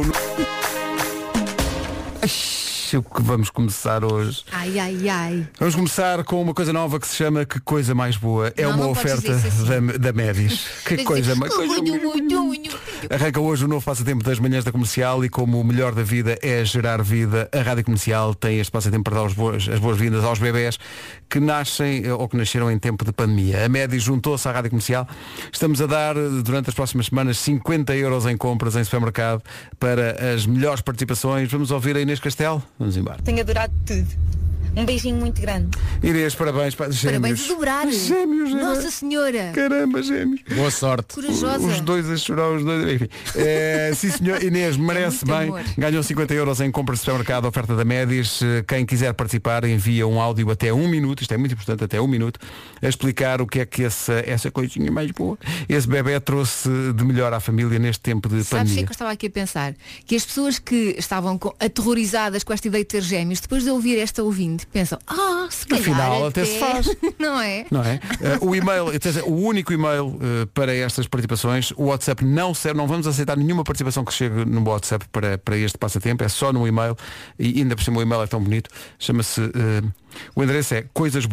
O que vamos começar hoje? Ai. Vamos começar com uma coisa nova que se chama Que Coisa Mais Boa. É uma oferta da Médis. Que coisa mais... Arranca hoje o novo passatempo das manhãs da Comercial e como o melhor da vida é gerar vida, a Rádio Comercial tem este passatempo para dar as boas-vindas aos bebés que nascem ou que nasceram em tempo de pandemia. A Médis juntou-se à Rádio Comercial. Estamos a dar, durante as próximas semanas, 50 € em compras em supermercado para as melhores participações. Vamos ouvir a Inês Castelo? Vamos embora. Tenho adorado tudo. Um beijinho muito grande. Inês, parabéns. Gêmeos. Parabéns a dobrar. Gêmeos. Nossa Senhora. Caramba, gêmeos. Boa sorte. Corajosa. Os dois a chorar, os dois. Enfim. Sim, senhor. Inês, merece bem. Amor. Ganhou 50 € em compras de supermercado, oferta da Médis. Quem quiser participar, envia um áudio até 1 minuto. Isto é muito importante, até 1 minuto. A explicar o que é que essa coisinha mais boa, esse bebé trouxe de melhor à família neste tempo de pandemia. Sabes o que eu estava aqui a pensar? Que as pessoas que estavam aterrorizadas com esta ideia de ter gêmeos, depois de ouvir esta ouvinte, pensam, se calhar afinal até se faz. Não é? O e-mail, o único e-mail para estas participações, o WhatsApp não serve, não vamos aceitar nenhuma participação que chegue no WhatsApp para este passatempo, é só no e-mail e ainda por cima o e-mail é tão bonito, chama-se o endereço é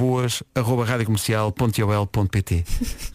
coisasboas@radiocomercial.ol.pt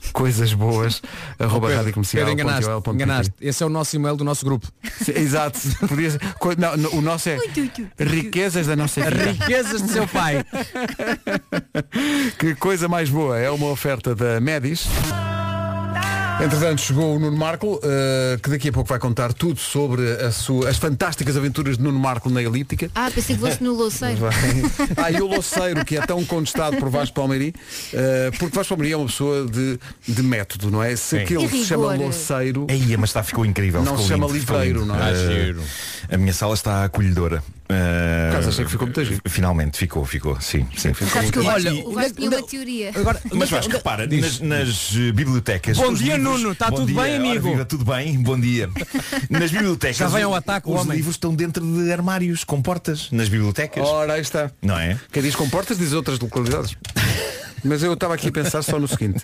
coisasboas@radiocomercial.ol.pt. Enganaste. Esse é o nosso e-mail do nosso grupo. Sim, exato. Podia ser, o nosso é riquezas da nossa vida. Riquezas do seu pai. Que coisa mais boa. É uma oferta da Médis. Entretanto, chegou o Nuno Marco, que daqui a pouco vai contar tudo sobre as fantásticas aventuras de Nuno Marco na elíptica. Pensei que fosse no Louceiro. E o Louceiro, que é tão contestado por Vasco Palmeirim, porque Vasco Palmeirim é uma pessoa de método, não é? Se aquilo se chama Louceiro... Mas ficou incrível. Não se chama livreiro, não é? A minha sala está acolhedora. Achei que ficou muito giro. Finalmente ficou, sim. Sabes que o Vasco tinha uma teoria. Mas Vasco, repara, nas bibliotecas. Bom dia, Nuno, está tudo bem, amigo? Viva, tudo bem, bom dia. Nas bibliotecas já vem ao ataque, os livros estão dentro de armários com portas nas bibliotecas. Ora, aí está. Não é? Quem diz com portas diz outras localidades. Mas eu estava aqui a pensar só no seguinte,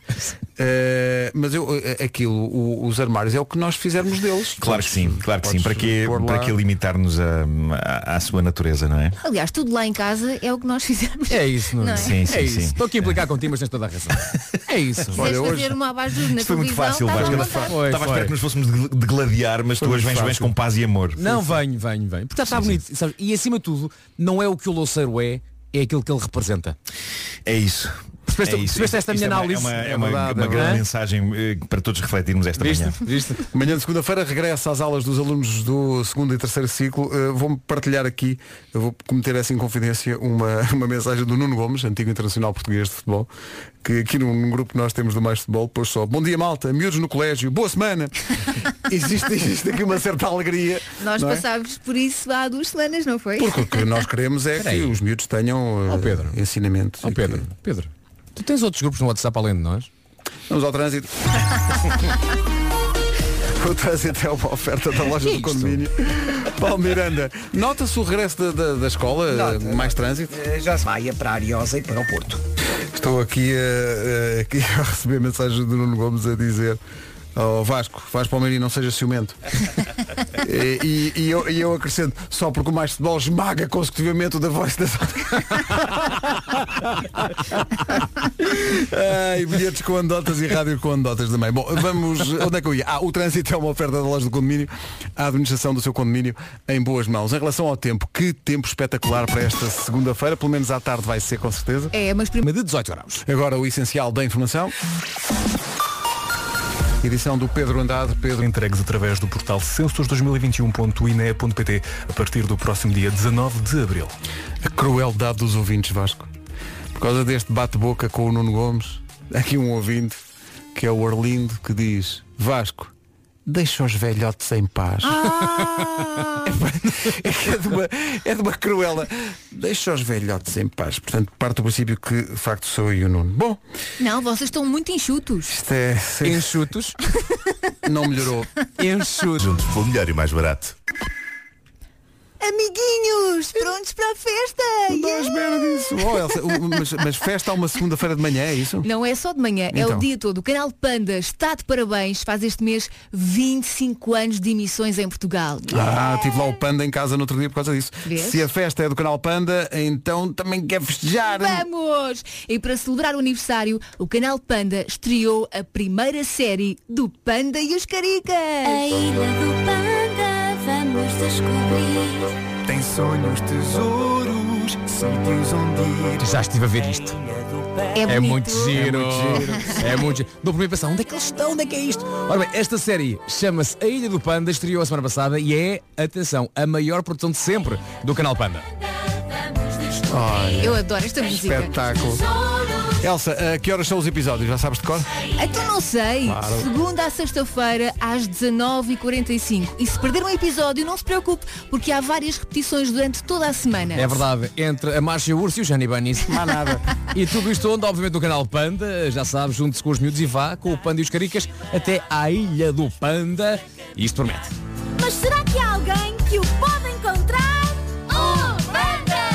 os armários é o que nós fizermos deles. Claro que sim. Para que limitar-nos à sua natureza, não é? Aliás, tudo lá em casa é o que nós fizemos. É isso, não é? Sim. Estou aqui a implicar contigo, mas tens toda a razão. É isso. Se quiseres fazer uma abajur na foi muito fácil, Vasco. Estava a esperar que nos fôssemos de gladiar, mas tu hoje vens com paz e amor. Não, venho. Porque está bonito, sabes? E acima de tudo, não é o que o Louceiro é aquilo que ele representa. É isso. Percebeste esta minha análise? É uma grande mensagem para todos refletirmos esta manhã. Manhã de segunda-feira regressa às aulas dos alunos do segundo e terceiro ciclo. Vou-me partilhar aqui, eu vou cometer essa em confidência, uma mensagem do Nuno Gomes, antigo internacional português de futebol, que aqui num grupo que nós temos do Mais Futebol pôs só: bom dia, malta, miúdos no colégio, boa semana. Existe aqui uma certa alegria. Nós passámos por isso há 2 semanas, não foi? Porque o que nós queremos é que os miúdos tenham ensinamento. Pedro, tu tens outros grupos no WhatsApp além de nós? Vamos ao trânsito. O trânsito é uma oferta da loja do condomínio. Paulo Miranda, nota-se o regresso da escola? Mais trânsito? Já se vai para a Ariosa e para o Porto. Estou aqui a receber mensagens do Nuno Gomes a dizer: Vasco, faz Palmeiras e não seja ciumento. e eu acrescento: só porque o Mais Futebol esmaga consecutivamente o da voz das e bilhetes com anedotas e rádio com anedotas também. Bom, vamos. Onde é que eu ia? O trânsito é uma oferta da loja do condomínio, a administração do seu condomínio em boas mãos. Em relação ao tempo, que tempo espetacular para esta segunda-feira, pelo menos à tarde vai ser com certeza. Mas prima de 18 graus. Agora o essencial da informação. Edição do Pedro Andrade. Entregues através do portal censos2021.ine.pt a partir do próximo dia 19 de abril. A crueldade dos ouvintes, Vasco. Por causa deste bate-boca com o Nuno Gomes, aqui um ouvinte, que é o Orlindo, que diz: Vasco, deixa os velhotes em paz. É de uma cruela. Deixa os velhotes em paz. Portanto, parte do princípio que de facto sou eu e o Nuno. Bom. Não, vocês estão muito enxutos. Isto é... Enxutos? Não melhorou. Enxutos. Juntos pelo melhor e mais barato. Amiguinhos, prontos para a festa! Não dá à espera disso. Elsa, mas festa há uma segunda-feira de manhã, é isso? Não é só de manhã, é o dia todo. O canal Panda está de parabéns, faz este mês 25 anos de emissões em Portugal. Tive lá o Panda em casa no outro dia por causa disso. Vês? Se a festa é do canal Panda, então também quer festejar. Vamos! E para celebrar o aniversário, o canal Panda estreou a primeira série do Panda e os Caricas. A ilha do Panda, vamos descobrir. Tem sonhos, tesouros, sítios onde ir. Já estive a ver isto. É muito giro. É muito giro. Dou por mim a pensar, onde é que eles estão? Onde é que é isto? Ora bem, esta série chama-se A Ilha do Panda, estreou a semana passada e é, atenção, a maior produção de sempre do canal Panda. Olha, eu adoro esta música. Espetáculo. Elsa, a que horas são os episódios? Já sabes de cor? Então não sei. Claro. Segunda à sexta-feira às 19h45. E se perder um episódio, não se preocupe, porque há várias repetições durante toda a semana. É verdade. Entre a Márcia Urso e o Jani Bunnies. Não há nada. E tudo isto onde, obviamente, no canal Panda. Já sabes, junte-se com os miúdos e vá com o Panda e os Caricas até à Ilha do Panda. E isto promete. Mas será que há alguém que o pode encontrar? O Panda!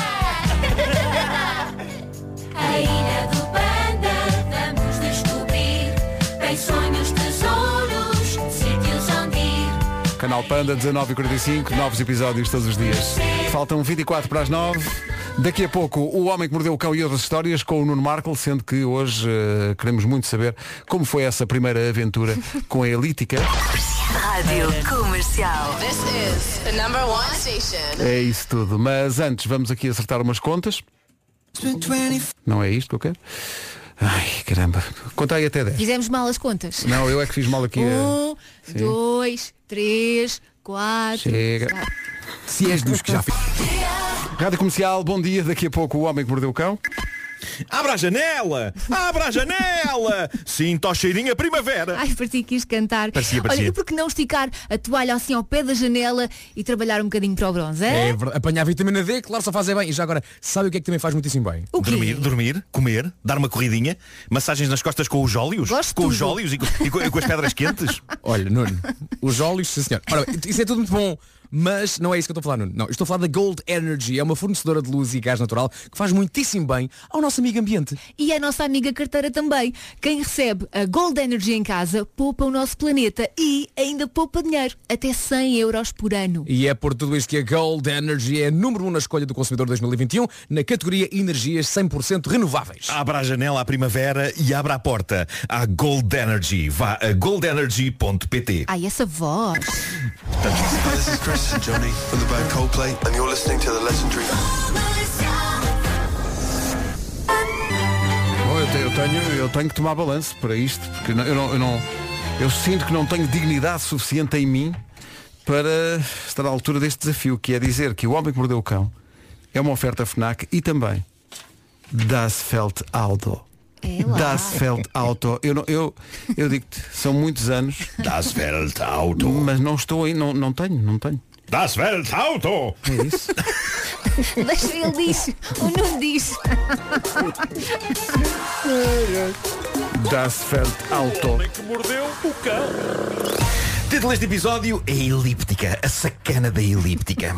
A Ilha do Panda, vamos descobrir. Tem sonhos, tesouros, sítios onde ir. Canal Panda, 19h45, novos episódios todos os dias. Faltam 24 para as 9. Daqui a pouco, O Homem que Mordeu o Cão e outras histórias com o Nuno Marco, sendo que hoje queremos muito saber como foi essa primeira aventura com a Elítica. Rádio Comercial. This is the number one station. É isso tudo. Mas antes, vamos aqui acertar umas contas. Não é isto que eu quero. Ai, caramba. Conta aí até 10. Fizemos mal as contas. Não, eu é que fiz mal aqui. 1, 2, 3, 4. Chega. Se és dos que já fiz. Rádio Comercial, bom dia. Daqui a pouco o Homem que Mordeu o Cão. Abra a janela! Abra a janela! Sinta o cheirinho a primavera! Ai, parecia que quis cantar. Parecia. Olha, e por que não esticar a toalha assim ao pé da janela e trabalhar um bocadinho para o bronze, é? Apanhar vitamina D, claro, só faz bem. E já agora, sabe o que é que também faz muitíssimo bem? O quê? Dormir, comer, dar uma corridinha, massagens nas costas com os óleos, Gosto com tudo. os óleos e com as pedras quentes. Olha, Nuno, os óleos, sim senhor. Ora, isso é tudo muito bom. Mas não é isso que eu estou a falar, Nuno. Não, eu estou a falar da Gold Energy. É uma fornecedora de luz e gás natural que faz muitíssimo bem ao nosso amigo ambiente. E a nossa amiga carteira também. Quem recebe a Gold Energy em casa poupa o nosso planeta e ainda poupa dinheiro. Até 100 euros por ano. E é por tudo isto que a Gold Energy é número 1 na escolha do consumidor 2021 na categoria Energias 100% renováveis. Abra a janela à primavera e abra a porta à Gold Energy. Vá a goldenergy.pt. Ai, essa voz. This is Chris and Johnny from the band Coldplay, and you're listening to the legendary. Bom, eu tenho que tomar balanço para isto, porque eu sinto que não tenho dignidade suficiente em mim para estar à altura deste desafio, que é dizer que o Homem que Mordeu o Cão é uma oferta FNAC e também Das Felt Auto. Das Felt Auto. Eu digo-te, são muitos anos. Das Felt Auto. Mas não estou aí, não tenho. Das Felt Auto. É isso. Deixa ele diz. O Nuno diz. Das Felt Auto. O homem que mordeu o cão. Título deste episódio é Elíptica, a sacana da elíptica.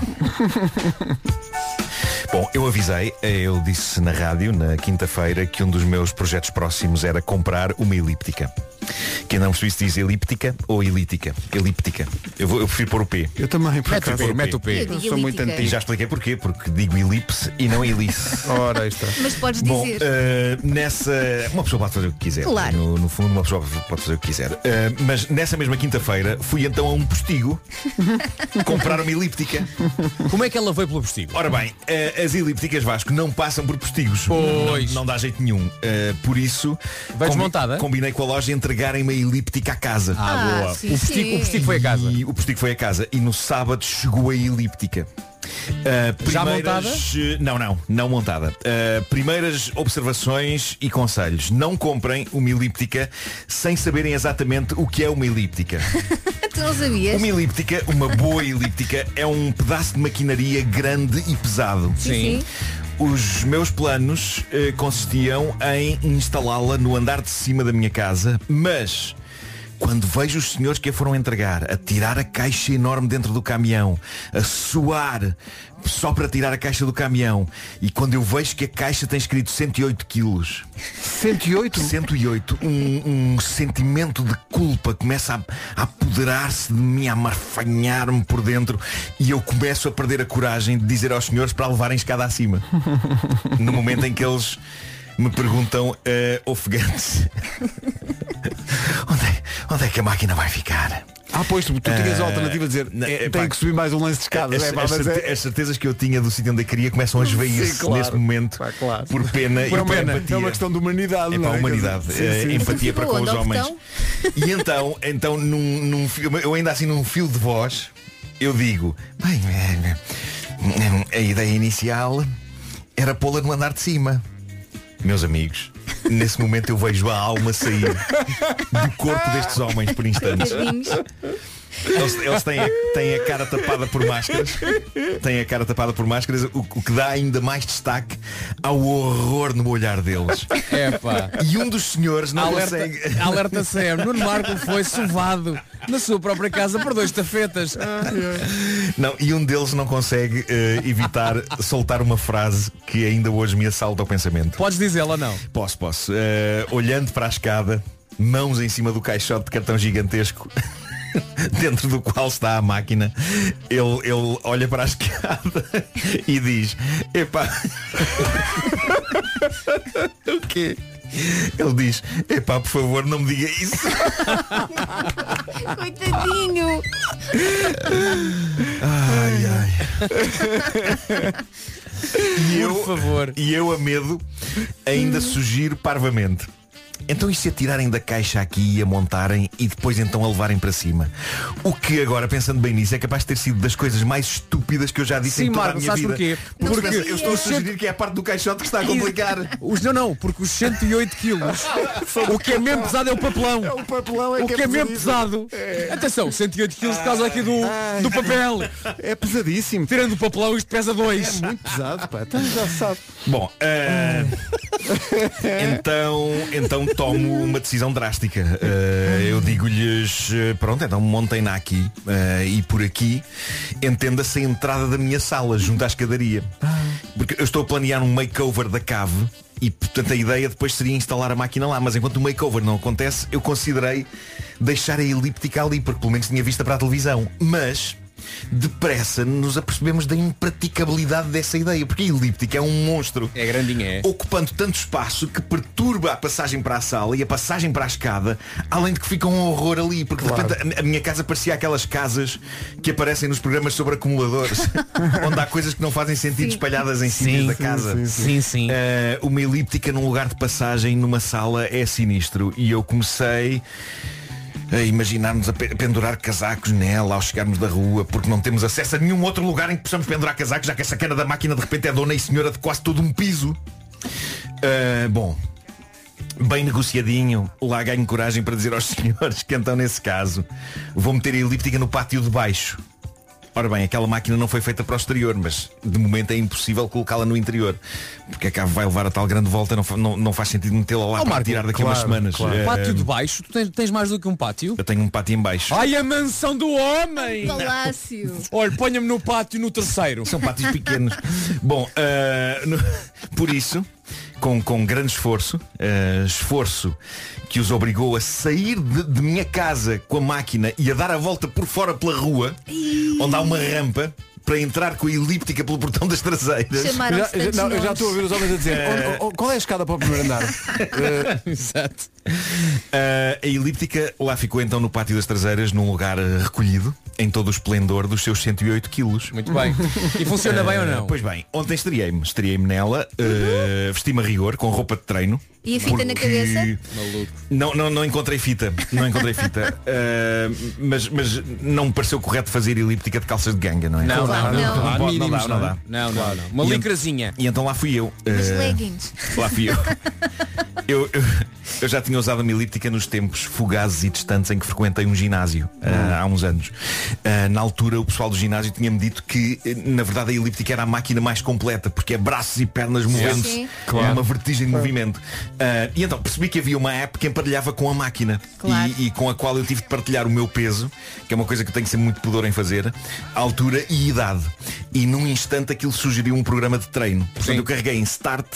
Bom, eu disse na rádio, na quinta-feira, que um dos meus projetos próximos era comprar uma elíptica. Que ainda não percebi se diz elíptica ou elítica. Elíptica. Eu prefiro pôr o P. Eu também, por acaso. Mete o P. Eu sou muito antigo. E já expliquei porquê. Porque digo elipse e não elice. Ora, aí está. Mas podes Bom, dizer. uma pessoa pode fazer o que quiser. Claro. No fundo, uma pessoa pode fazer o que quiser. Mas nessa mesma quinta-feira fui então a um postigo comprar uma elíptica. Como é que ela veio pelo postigo? Ora bem, as elípticas, Vasco, não passam por postigos. Pois. Não dá jeito nenhum. Por isso, Vai desmontada? Combinei com a loja entregarem uma elíptica à casa. Boa. Sim, O postigo foi a casa. E o postigo foi a casa. E no sábado chegou a elíptica. Já montada? Não montada. Primeiras observações e conselhos. Não comprem uma elíptica sem saberem exatamente o que é uma elíptica. Tu não sabias? Uma elíptica, uma boa elíptica, é um pedaço de maquinaria grande e pesado. Sim. Os meus planos consistiam em instalá-la no andar de cima da minha casa, mas quando vejo os senhores que a foram entregar a tirar a caixa enorme dentro do caminhão, a suar só para tirar a caixa do caminhão, e quando eu vejo que a caixa tem escrito 108 quilos. 108? 108. Um sentimento de culpa começa a apoderar-se de mim, a marfanhar-me por dentro, e eu começo a perder a coragem de dizer aos senhores para a levarem escada acima. No momento em que eles me perguntam, ofegantes, onde é que a máquina vai ficar? Pois, tu tinhas a alternativa de dizer tem que subir mais um lance de escadas. As certezas que eu tinha do sítio onde eu queria começam a esvair-se nesse momento, claro. por pena e por empatia. É uma questão de humanidade. É para a humanidade, empatia para com os homens. E então eu ainda assim num fio de voz, eu digo, bem, a ideia inicial era pô-la no andar de cima. Meus amigos, nesse momento eu vejo a alma sair do corpo destes homens por instantes. Eles têm a cara tapada por máscaras. O que dá ainda mais destaque ao horror no olhar deles. E um dos senhores não consegue... Alerta Sam, Nuno Marco foi sovado na sua própria casa por 2 tafetas. Não, e um deles não consegue evitar soltar uma frase que ainda hoje me assalta ao pensamento. Podes dizê-la ou não? Posso. Olhando para a escada, mãos em cima do caixote de cartão gigantesco dentro do qual está a máquina, ele olha para a escada e diz, epá. O quê? Ele diz, epá, por favor, não me diga isso. Coitadinho. Ai. Por favor. E eu, a medo, ainda sugiro parvamente. Então e se a tirarem da caixa aqui e a montarem e depois então a levarem para cima? O que agora, pensando bem nisso, é capaz de ter sido das coisas mais estúpidas que eu já disse em toda a minha vida. Porquê? Porque eu estou a sugerir que é a parte do caixote que está a complicar. Não, porque os 108 quilos, o que é mesmo pesado é o papelão. O papelão é o que é mesmo pesado. Atenção, 108 quilos por causa aqui do papel. É pesadíssimo. Tirando o papelão, isto pesa 2. É muito pesado, pá. Então já sabe. Bom, então tomo uma decisão drástica. Eu digo-lhes, pronto, então montem-na aqui e por aqui entenda-se a entrada da minha sala junto à escadaria. Porque eu estou a planear um makeover da cave e portanto a ideia depois seria instalar a máquina lá. Mas enquanto o makeover não acontece, eu considerei deixar a elíptica ali, porque pelo menos tinha vista para a televisão. Mas depressa nos apercebemos da impraticabilidade dessa ideia, porque a elíptica é um monstro. É grandinha, é. Ocupando tanto espaço que perturba a passagem para a sala e a passagem para a escada, além de que fica um horror ali, porque de repente a minha casa parecia aquelas casas que aparecem nos programas sobre acumuladores, onde há coisas que não fazem sentido espalhadas em cima da casa. Sim. Uma elíptica num lugar de passagem numa sala é sinistro. E eu comecei a imaginar-nos a pendurar casacos nela ao chegarmos da rua, porque não temos acesso a nenhum outro lugar em que possamos pendurar casacos, já que essa cana da máquina de repente é dona e senhora de quase todo um piso. Bom, bem negociadinho, lá ganho coragem para dizer aos senhores que então nesse caso vou meter a elíptica no pátio de baixo. Ora bem, aquela máquina não foi feita para o exterior, mas de momento é impossível colocá-la no interior, porque a cave vai levar a tal grande volta, não faz sentido metê-la lá para tirar daqui a umas semanas. Pátio de baixo? Tu tens mais do que um pátio? Eu tenho um pátio em baixo. Ai, a mansão do homem! Palácio! Olha, ponha-me no pátio no terceiro. São pátios pequenos. Bom, por isso, com grande esforço que os obrigou a sair de minha casa com a máquina e a dar a volta por fora pela rua, onde há uma rampa para entrar com a elíptica pelo portão das traseiras. Eu já estou a ouvir os homens a dizer qual é a escada para o primeiro andar? Exato. A elíptica lá ficou então no pátio das traseiras, num lugar recolhido, em todo o esplendor dos seus 108 quilos. Muito bem. E funciona bem ou não? Pois bem, ontem estreiei-me nela, vesti-me a rigor, com roupa de treino. E a fita na cabeça? Maluco. Não encontrei fita. Mas não me pareceu correto fazer elíptica de calças de ganga, não é? Não dá. Uma licrazinha. E então lá fui eu. Mas leggings. Lá fui eu. Eu já tinha usado a elíptica nos tempos fugazes e distantes em que frequentei um ginásio há uns anos. Na altura o pessoal do ginásio tinha-me dito que na verdade a elíptica era a máquina mais completa, porque é braços e pernas movendo-se. Uma vertigem de movimento. E então percebi que havia uma app que emparelhava com a máquina e com a qual eu tive de partilhar o meu peso, que é uma coisa que eu tenho sempre muito pudor em fazer, altura e idade. E num instante aquilo sugeriu um programa de treino. Portanto eu carreguei em Start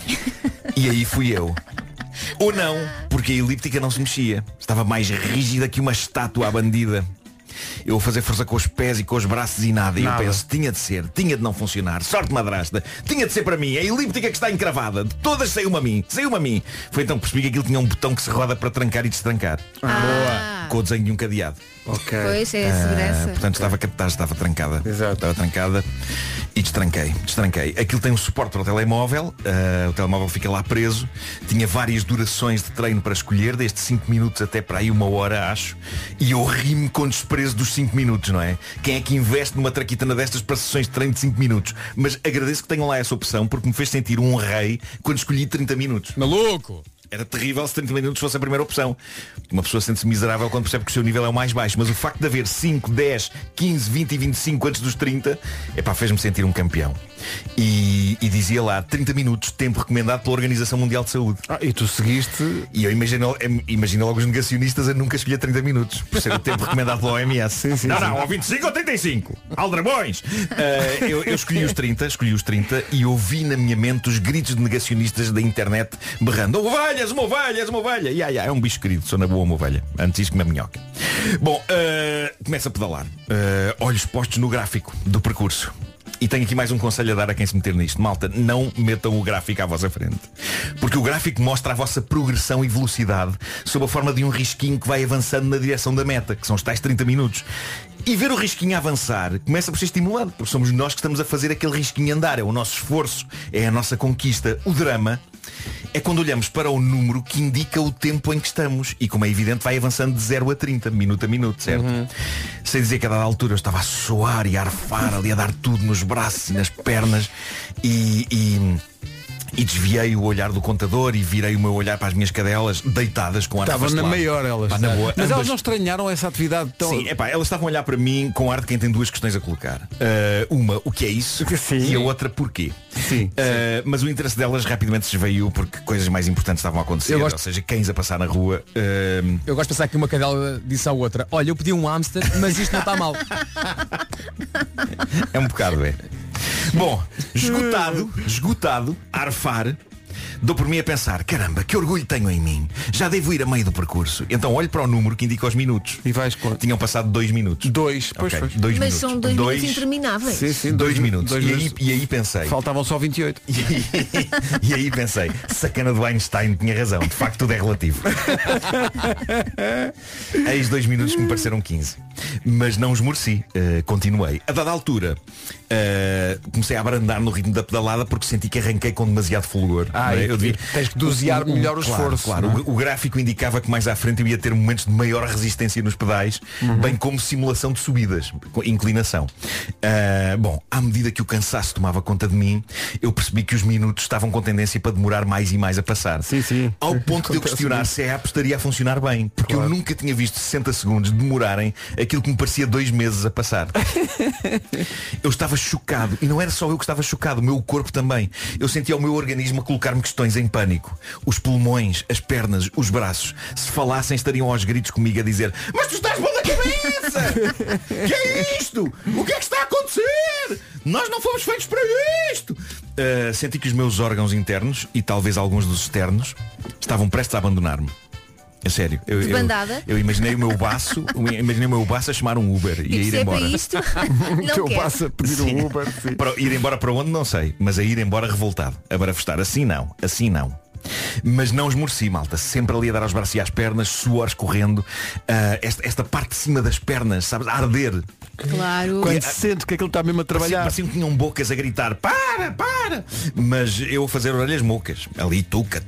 e aí fui eu. Ou não, porque a elíptica não se mexia. Estava mais rígida que uma estátua à bandida. Eu vou fazer força com os pés e com os braços e nada. E eu penso, tinha de ser, tinha de não funcionar. Sorte madrasta, tinha de ser para mim. A elíptica que está encravada, de todas saiu-me a mim. Foi então que percebi que aquilo tinha um botão que se roda para trancar e destrancar. Boa. Com o desenho de um cadeado. Pois, é a segurança. Portanto estava trancada. Exato. Estava trancada e destranquei. Aquilo tem um suporte para o telemóvel. O telemóvel fica lá preso. Tinha várias durações de treino para escolher, desde 5 minutos até para aí 1 hora, acho. E eu ri-me com desprezo dos 5 minutos, não é? Quem é que investe numa traquitana destas para sessões de treino de 5 minutos? Mas agradeço que tenham lá essa opção, porque me fez sentir um rei quando escolhi 30 minutos. Maluco! Era terrível se 30 minutos fosse a primeira opção. Uma pessoa sente-se miserável quando percebe que o seu nível é o mais baixo. Mas o facto de haver 5, 10, 15, 20 e 25 antes dos 30, fez-me sentir um campeão. E dizia lá 30 minutos, tempo recomendado pela Organização Mundial de Saúde. E tu seguiste. E eu imagino logo os negacionistas a nunca escolher 30 minutos, por ser o tempo recomendado pela OMS. Não, ou 25 ou 35 Aldrabões. Eu escolhi os 30 e ouvi na minha mente os gritos de negacionistas da internet berrando: ovelhas, uma ovelha. É um bicho querido, sou na boa uma ovelha. Antes isso que uma minhoca. Bom, começa a pedalar, olhos postos no gráfico do percurso. E tenho aqui mais um conselho a dar a quem se meter nisto. Malta, não metam o gráfico à vossa frente. Porque o gráfico mostra a vossa progressão e velocidade sob a forma de um risquinho que vai avançando na direção da meta, que são os tais 30 minutos. E ver o risquinho avançar começa por ser estimulante, porque somos nós que estamos a fazer aquele risquinho andar. É o nosso esforço, é a nossa conquista. O drama é quando olhamos para o número que indica o tempo em que estamos. E como é evidente, vai avançando de 0 a 30, minuto a minuto, certo? Sei dizer que a dada altura eu estava a suar e a arfar ali, a dar tudo nos braços e nas pernas. E desviei o olhar do contador e virei o meu olhar para as minhas cadelas deitadas com ar Estavam na maior elas. Pá, na boa. Mas elas não estranharam essa atividade tão... Sim, elas estavam a olhar para mim com ar de quem tem duas questões a colocar. Uma, o que é isso? Sim. E a outra, porquê? Sim. Mas o interesse delas rapidamente se esvaiu porque coisas mais importantes estavam a acontecer. Ou seja, cães a passar na rua. Eu gosto de pensar que uma cadela disse à outra: olha, eu pedi um hamster, mas isto não está mal. É um bocado, é. Bom, esgotado, a arfar, dou por mim a pensar, caramba, que orgulho tenho em mim. Já devo ir a meio do percurso. Então olho para o número que indica os minutos. E vais quanto? Tinham passado 2 minutos. 2, pois okay, foi. 2 Mas minutos. são 2 minutos intermináveis. Sim, 2 minutos. E aí pensei. Faltavam só 28. E aí pensei, sacana do Einstein tinha razão. De facto tudo é relativo. Eis 2 minutos que me pareceram 15. Mas não esmoreci. Continuei. A dada altura comecei a abrandar no ritmo da pedalada porque senti que arranquei com demasiado fulgor. Eu devia... Tens que dosear melhor o esforço. Claro, o gráfico indicava que mais à frente eu ia ter momentos de maior resistência nos pedais, bem como simulação de subidas, inclinação. Bom, à medida que o cansaço tomava conta de mim, eu percebi que os minutos estavam com tendência para demorar mais e mais a passar. Sim. Ao ponto de eu questionar se a app estaria a funcionar bem, porque eu nunca tinha visto 60 segundos demorarem aquilo que me parecia 2 meses a passar. Eu estava chocado, e não era só eu que estava chocado, o meu corpo também. Eu sentia o meu organismo a colocar-me questões em pânico. Os pulmões, as pernas, os braços, se falassem estariam aos gritos comigo a dizer: mas tu estás bom da cabeça! Que é isto? O que é que está a acontecer? Nós não fomos feitos para isto! Senti que os meus órgãos internos, e talvez alguns dos externos, estavam prestes a abandonar-me. É sério. Eu imaginei o meu baço a chamar um Uber e a ir embora. Isto? O teu baço a pedir um Uber. Sim. Para ir embora para onde não sei, mas a ir embora revoltado, a barafustar. Assim não. Mas não esmoreci, malta. Sempre ali a dar aos braços e às pernas, suor escorrendo, esta parte de cima das pernas, sabes, a arder. Claro. Quando sente que aquilo está mesmo a trabalhar. Parecia que tinham bocas a gritar: para! Mas eu a fazer orelhas mocas. Ali tuca.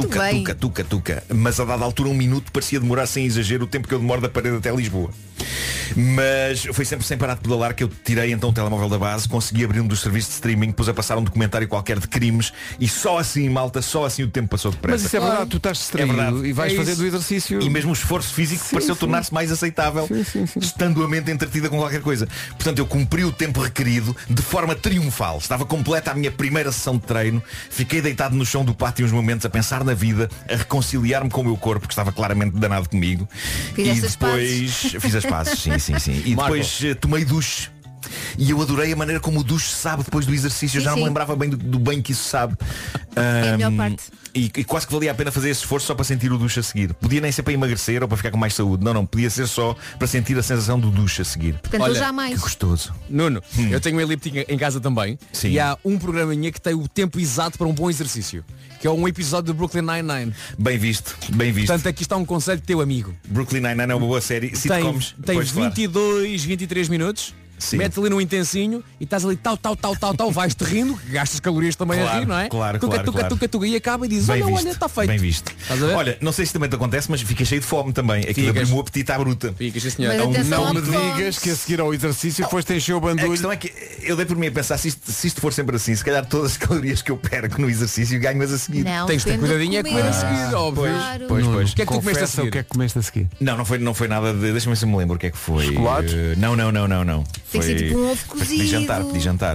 Mas a dada altura 1 minuto parecia demorar sem exagero o tempo que eu demoro da parede até Lisboa. Mas foi sempre sem parar de pedalar que eu tirei então o telemóvel da base, consegui abrir um dos serviços de streaming, pus a passar um documentário qualquer de crimes e só assim, malta, o tempo passou depressa. Mas isso é verdade, tu estás distraído e vais fazendo o exercício. E mesmo o esforço físico pareceu tornar-se mais aceitável, estando a mente entretida com qualquer coisa. Portanto, eu cumpri o tempo requerido de forma triunfal. Estava completa a minha primeira sessão de treino. Fiquei deitado no chão do pátio uns momentos a pensar na vida, a reconciliar-me com o meu corpo, que estava claramente danado comigo. E depois fiz as pazes, sim. E depois tomei duche. E eu adorei a maneira como o duche sabe depois do exercício. Eu já não me lembrava bem do bem que isso sabe. É a melhor parte. E quase que valia a pena fazer esse esforço só para sentir o duche a seguir. Podia nem ser para emagrecer ou para ficar com mais saúde. Não, podia ser só para sentir a sensação do duche a seguir. Portanto, olha, jamais. Que gostoso. Nuno, eu tenho uma elíptica em casa também. Sim. E há um programinha que tem o tempo exato para um bom exercício, que é um episódio do Brooklyn Nine-Nine. Bem visto. Portanto, aqui está um conselho de teu amigo. Brooklyn Nine-Nine é uma boa série. Tem 22, 23 minutos. Metes ali num intensinho e estás ali tal, vais-te rindo, gastas calorias também a rir, não é? Claro. E acaba e dizes: olha, está feito. Bem visto. Olha, não sei se também te acontece, mas fiquei cheio de fome também. Aquilo abriu-me o apetite à bruta. Não me digas que a seguir ao exercício depois te encheu o bandulho. A questão é que eu dei por mim a pensar, se isto for sempre assim, se calhar todas as calorias que eu perco no exercício ganho-as a seguir. Não, tens de ter cuidadinho a comer a seguir, óbvio. Pois. O que é que tu comeste a seguir? O que é que comeste a seguir? Não foi nada de... Deixa-me ver se me lembro o que é que foi. Chocolates? Não. Tem que ser tipo um ovo cozido. Pedi jantar.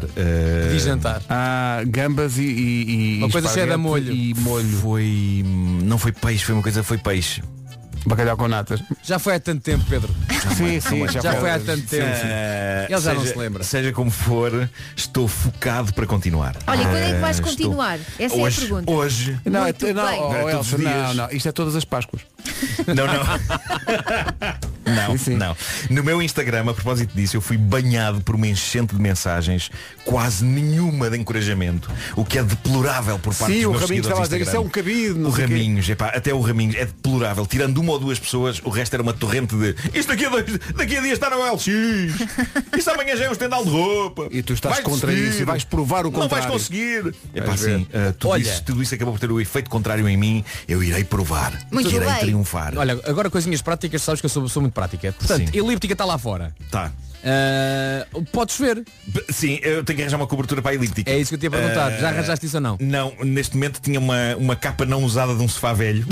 Gambas e uma coisa cheia de molho. E molho. Não foi peixe, foi peixe. Bacalhau com natas. Já foi há tanto tempo, Pedro. Sim, já foi há tanto tempo. Ele já não se lembra. Seja como for, estou focado para continuar. Olha, quando é que vais continuar? Essa é a pergunta. Hoje. Não, Elsa, isto é todas as Páscoas. Não. Não. No meu Instagram, a propósito disso, eu fui banhado por uma enchente de mensagens, quase nenhuma de encorajamento, o que é deplorável por parte dos meus seguidores. Sim, o Raminhos estava a dizer, isso é um cabido. O Raminhos, até o Raminhos é deplorável. Tirando uma ou duas pessoas, o resto era uma torrente de isto daqui a dias está no LX. Isso amanhã já é um estendal de roupa. E tu estás contra isso e vais provar o contrário. Não vais conseguir. Sim, tudo isso acabou por ter o efeito contrário em mim. Eu irei provar. Irei triunfar. Olha, agora coisinhas práticas, sabes que eu sou muito prática. Portanto, a elíptica está lá fora. Tá. Podes ver. Sim, eu tenho que arranjar uma cobertura para a elíptica. É isso que eu te ia perguntar. Já arranjaste isso ou não? Não, neste momento tinha uma capa não usada de um sofá velho.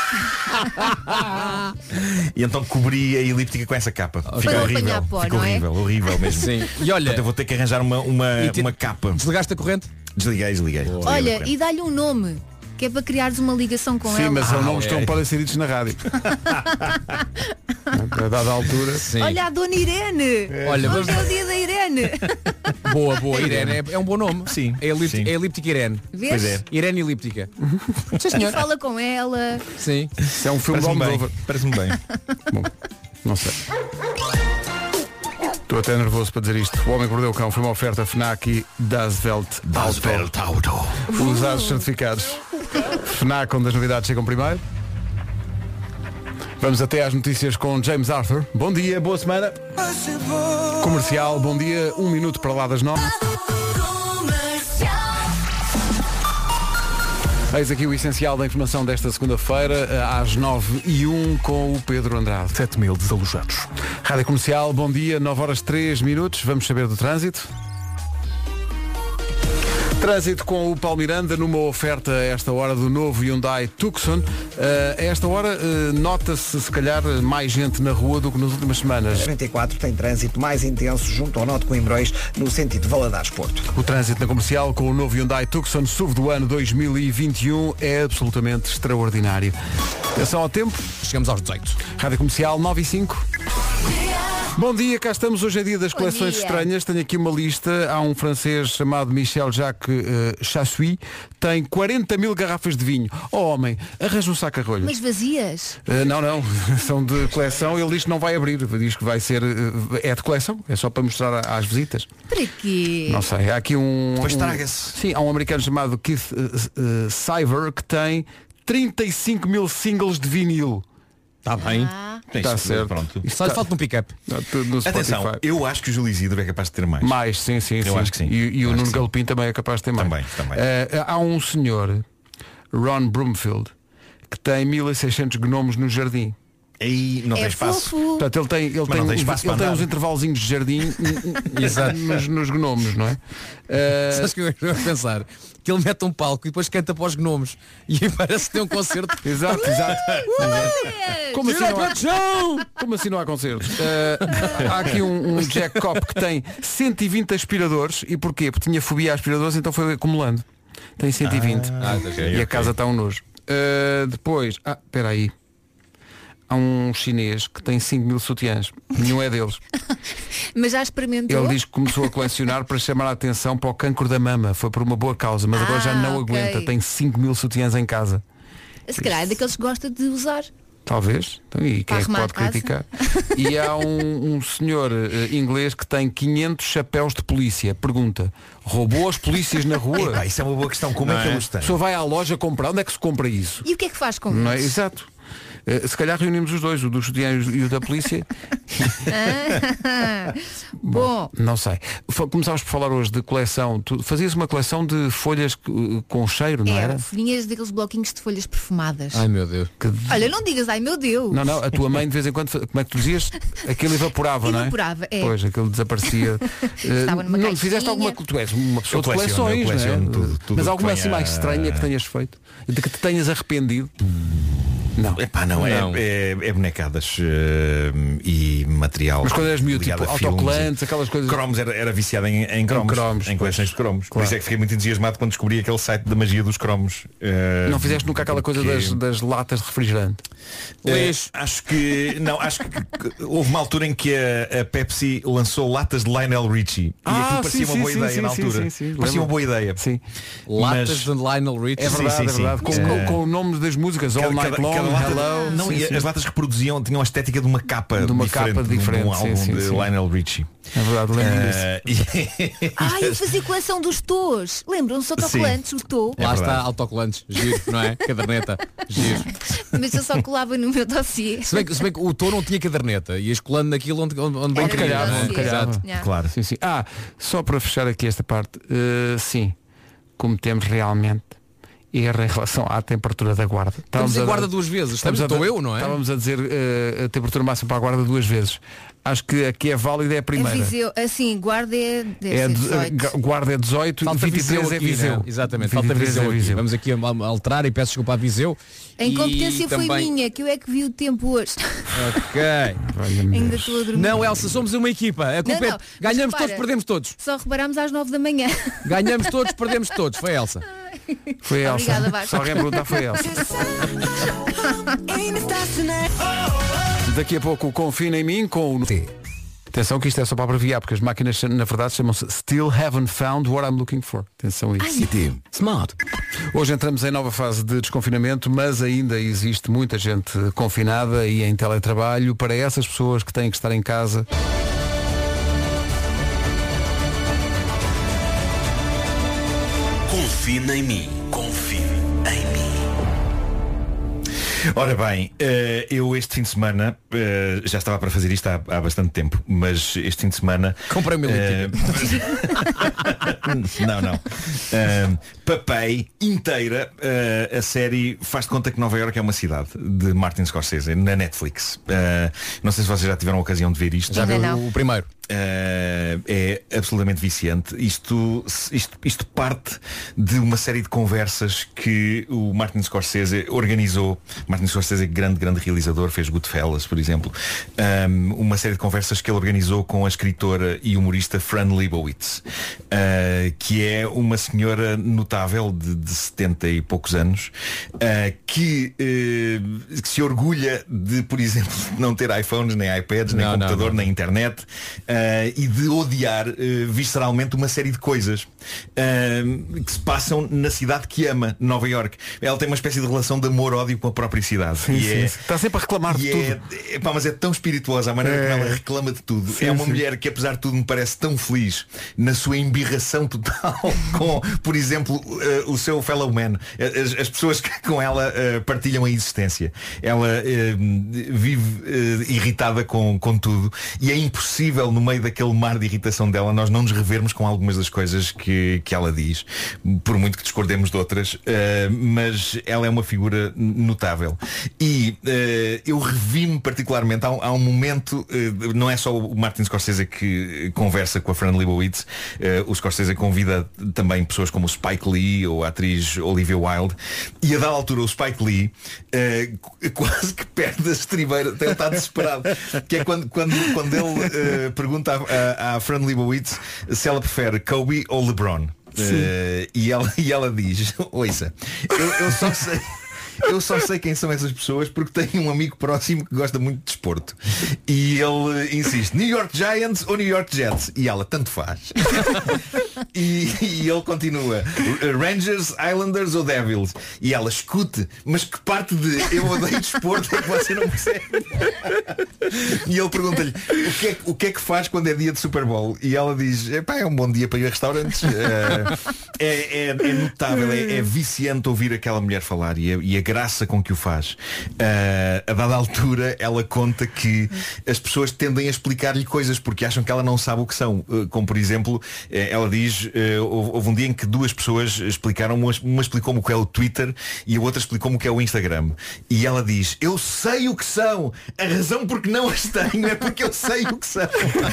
E então cobri a elíptica com essa capa. Fica horrível. Fica horrível mesmo. Sim. E olha, portanto, eu vou ter que arranjar uma capa. Desligaste a corrente? Desliguei. Olha, e dá-lhe um nome, que é para criares uma ligação com ela. Sim, mas são nomes que não podem ser ditos na rádio. A dada altura. Sim. Olha a Dona Irene. Olha, hoje é o dia da Irene. Boa, Irene é um bom nome. Sim. É elíptica Irene. Vês? Pois é. Irene elíptica. E fala com ela. Sim. Isso é um filme de Almodóvar. Parece-me bem. Bom, não sei. Estou até nervoso para dizer isto. O Homem que Mordeu o Cão foi uma oferta FNAC e Das Welt Auto. Usados certificados. FNAC, onde as novidades chegam primeiro. Vamos até às notícias com James Arthur. Bom dia, boa semana. Comercial, bom dia. 1 minuto para lá das 9. Eis aqui o essencial da informação desta segunda-feira, às 9h01, com o Pedro Andrade. 7.000 desalojados. Rádio Comercial, bom dia, 9h03. Vamos saber do trânsito. Trânsito com o Paulo Miranda numa oferta a esta hora do novo Hyundai Tucson. A esta hora nota-se se calhar mais gente na rua do que nas últimas semanas. 24 tem trânsito mais intenso junto ao nó de Coimbrões no sentido de Valadares Porto. O trânsito na Comercial com o novo Hyundai Tucson SUV do ano 2021 é absolutamente extraordinário. Atenção ao tempo. Chegamos aos 18. Rádio Comercial 9h05. Bom dia, cá estamos, hoje é dia das coleções estranhas. Tenho aqui uma lista. Há um francês chamado Michel Jacques Chassuy, tem 40.000 garrafas de vinho. Homem, arranja um saco a rolho. Mas vazias? Não, são de coleção. Ele diz que não vai abrir, diz que vai ser é de coleção, é só para mostrar às visitas. Para quê? Não sei, há aqui Depois traga-se. Sim, há um americano chamado Keith Syver que tem 35.000 singles de vinil. Está bem. Está certo. Pronto. Só lhe falta um pick-up. Atenção, eu acho que o Júlio Isidro é capaz de ter mais. Mais, sim. Eu acho que sim. E o Nuno Galopim também é capaz de ter mais. Também. Há um senhor, Ron Broomfield, que tem 1.600 gnomos no jardim. Aí não tem espaço. Portanto, ele tem uns intervalozinhos de jardim nos gnomos, não é? Sabes que eu ia pensar? Que ele mete um palco e depois canta para os gnomos. E parece que tem um concerto. Exato. Como assim não há concertos? Há aqui um Jack Cop que tem 120 aspiradores. E porquê? Porque tinha fobia a aspiradores, então foi acumulando. Tem 120. E a casa está um nojo. Depois, espera aí. Há um chinês que tem 5.000 sutiãs. Nenhum é deles. Mas já experimentou? Ele diz que começou a colecionar para chamar a atenção para o cancro da mama. Foi por uma boa causa, mas agora já não aguenta. Tem 5.000 sutiãs em casa. Se calhar é daqueles que gosta de usar. Talvez. Então, e quem é que pode criticar? E há um senhor inglês que tem 500 chapéus de polícia. Pergunta, roubou as polícias na rua? Isso é uma boa questão. Como é que eles têm? A pessoa vai à loja comprar. Onde é que se compra isso? E o que é que faz com não isso? É? Exato. Se calhar reunimos os dois, o dos sutiãs e o da polícia. Bom, não sei. Começámos por falar hoje de coleção. Tu fazias uma coleção de folhas com cheiro, não era? Folhinhas daqueles bloquinhos de folhas perfumadas. Ai meu Deus. Olha, não digas ai meu Deus. Não, a tua mãe de vez em quando, como é que tu dizias? Aquilo evaporava, não é? Evaporava, é. Pois, aquilo desaparecia. Estava numa caixinha. Fizeste alguma. Tu és uma pessoa de coleções, não é? Tudo mas alguma assim mais estranha que tenhas feito? De que te tenhas arrependido? Não. É bonecadas e material. Mas quando eras miúdo, tipo autocolantes, aquelas coisas. Cromos, era viciado em cromos, em coleções de cromos. Claro. Por isso é que fiquei muito entusiasiado quando descobri aquele site da magia dos cromos. Não fizeste nunca aquela coisa das latas de refrigerante? Acho que houve uma altura em que a Pepsi lançou latas de Lionel Richie. E aquilo parecia uma boa ideia na altura. Parecia uma boa ideia. Sim. Latas de Lionel Richie. É verdade. Com o nome das músicas, All Night Long. hello. Não, sim, sim. As latas reproduziam, tinham a estética de uma capa diferente, de um álbum de Lionel Richie. É verdade, lembro disso. Eu fazia coleção dos tôs. Lembram-se autocolantes, o tô? Lá está, autocolantes. Giro, não é? Caderneta. Giro. Mas eu só colava no meu dossiê. Se bem que o tô não tinha caderneta. Ias colando naquilo onde bem calhava. Claro. Sim. Só para fechar aqui esta parte. Sim, cometemos realmente erro em relação à temperatura da guarda. Estamos a guarda 2 vezes. Estou eu, não é? Estávamos a dizer a temperatura máxima para a guarda 2 vezes. Acho que aqui é válida, é a primeira. Viseu, assim, guarda é 18. Guarda é 18, falta 23 é Viseu. Exatamente, falta Viseu aqui. Vamos aqui a alterar e peço desculpa a Viseu. A incompetência foi minha, que eu é que vi o tempo hoje. Ok. Ainda estou a dormir. Não, Elsa, somos uma equipa. A culpa é ganhamos todos, perdemos todos. Só reparámos às 9 da manhã. Ganhamos todos, perdemos todos. Foi a Elsa. Foi a Elsa. Obrigada, Vasco. Se alguém perguntar, foi a Elsa. Daqui a pouco Confina em Mim com o T. Atenção que isto é só para abreviar, porque as máquinas na verdade chamam-se Still Haven't Found What I'm Looking For. Atenção a isso. Smart. Hoje entramos em nova fase de desconfinamento, mas ainda existe muita gente confinada e em teletrabalho. Para essas pessoas que têm que estar em casa, Confina em mim. Confina em mim. Ora bem, eu este fim de semana já estava para fazer isto há bastante tempo, mas este fim de semana comprei o meu Não. Papei inteira a série Faz de Conta que Nova Iorque é uma Cidade, de Martin Scorsese, na Netflix. Não sei se vocês já tiveram a ocasião de ver isto. Já viu o primeiro? É absolutamente viciante. Isto parte de uma série de conversas que o Martin Scorsese organizou. Martin Scorsese, grande realizador, fez Goodfellas, por exemplo. Uma série de conversas que ele organizou com a escritora e humorista Fran Lebowitz, que é uma senhora notável de 70 e poucos anos, que se orgulha de, por exemplo, não ter iPhones, nem iPads, nem computador, nem internet, e de odiar visceralmente uma série de coisas que se passam na cidade que ama, Nova Iorque. Ela tem uma espécie de relação de amor-ódio com a própria cidade. Sim. Está sempre a reclamar de tudo. Mas é tão espirituosa a maneira como ela reclama de tudo. Sim, é uma mulher que, apesar de tudo, me parece tão feliz na sua embirração total com, por exemplo, o seu fellow man, as pessoas que com ela partilham a existência. Ela vive irritada com tudo, e é impossível, no meio daquele mar de irritação dela, nós não nos revermos com algumas das coisas que ela diz, por muito que discordemos de outras, mas ela é uma figura notável. E eu revi-me particularmente, há um momento, não é só o Martin Scorsese que conversa com a Fran Lebowitz, o Scorsese convida também pessoas como o Spike Lee ou a atriz Olivia Wilde, e a dada altura o Spike Lee quase que perde a estribeira, até está desesperado, que é quando ele pergunta à Fran Lebowitz se ela prefere Kobe ou LeBron. E ela diz: ouça, eu só sei quem são essas pessoas porque tenho um amigo próximo que gosta muito de desporto. E ele insiste: New York Giants ou New York Jets? E ela: tanto faz. E ele continua: Rangers, Islanders ou Devils? E ela: escute, mas que parte de eu odeio desporto é que você não percebe? E ele pergunta-lhe: o que é que faz quando é dia de Super Bowl? E ela diz: é um bom dia para ir a restaurantes. É notável, é viciante ouvir aquela mulher falar, e a graça com que o faz. A dada altura ela conta que as pessoas tendem a explicar-lhe coisas porque acham que ela não sabe o que são. Como por exemplo, ela diz, houve um dia em que duas pessoas explicaram, uma explicou-me o que é o Twitter e a outra explicou-me o que é o Instagram. E ela diz: eu sei o que são, a razão porque não as tenho é porque eu sei o que são.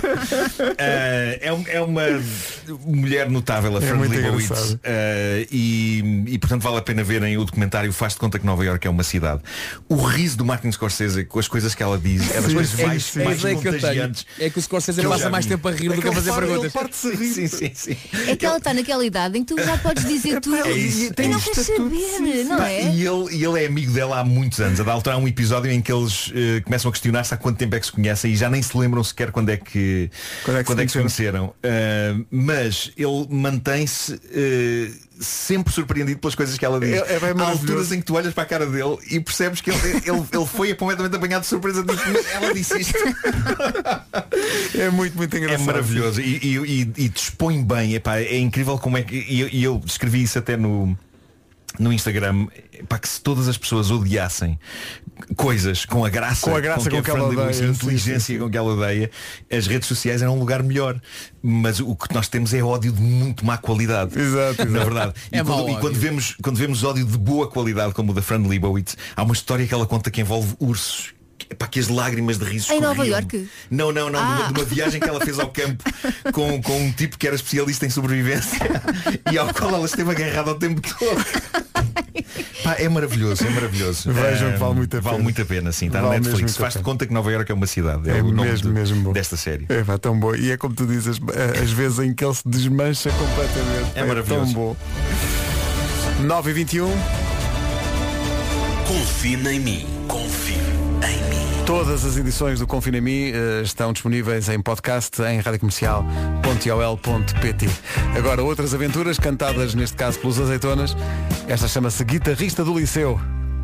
É uma mulher notável, a Fran Lebowitz, e portanto vale a pena verem o documentário Faz de Conta que Nova Iorque é uma cidade. O riso do Martin Scorsese com as coisas que ela diz é das coisas mais contagiantes. É que o Scorsese passa mais tempo a rir do que a fazer perguntas. Sim. É que ela está naquela idade em que tu já podes dizer tudo e não queres saber, não é? E ele é amigo dela há muitos anos. A da altura há um episódio em que eles começam a questionar-se há quanto tempo é que se conhecem e já nem se lembram sequer quando é que se conheceram. Mas ele mantém-se sempre surpreendido pelas coisas que ela diz. Há alturas em que tu olhas para a cara dele e percebes que ele foi completamente apanhado de surpresa. Ela disse isto. É muito engraçado. É maravilhoso e dispõe bem. Epá, é incrível como é que... E eu escrevi isso até no Instagram, para que se todas as pessoas odiassem coisas com a graça com que ela odeia, inteligência com que ela odeia, as redes sociais eram um lugar melhor. Mas o que nós temos é ódio de muito má qualidade. Exato. Na verdade. Quando vemos ódio de boa qualidade, como o da Fran Lebowitz, há uma história que ela conta que envolve ursos. Para que as lágrimas de riso em Nova Iorque? Não, de uma viagem que ela fez ao campo com um tipo que era especialista em sobrevivência e ao qual ela esteve agarrada o tempo todo. Pá, é maravilhoso. Vejam, vale muito a pena, sim. Está na Netflix. Faz-te conta que Nova Iorque é uma cidade. É o nome mesmo desta série. É tão bom. E é como tu dizes, às vezes em que ele se desmancha completamente. É maravilhoso. Tão bom. 9h21. Confia em mim. Todas as edições do Confina em Mim estão disponíveis em podcast em radiocomercial.ol.pt. Agora outras aventuras cantadas neste caso pelos Azeitonas. Esta chama-se Guitarrista do Liceu.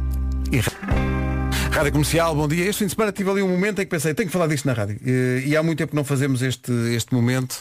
Rádio Comercial, bom dia. Este fim de semana tive ali um momento em que pensei, tenho que falar disto na rádio. E há muito tempo que não fazemos este momento.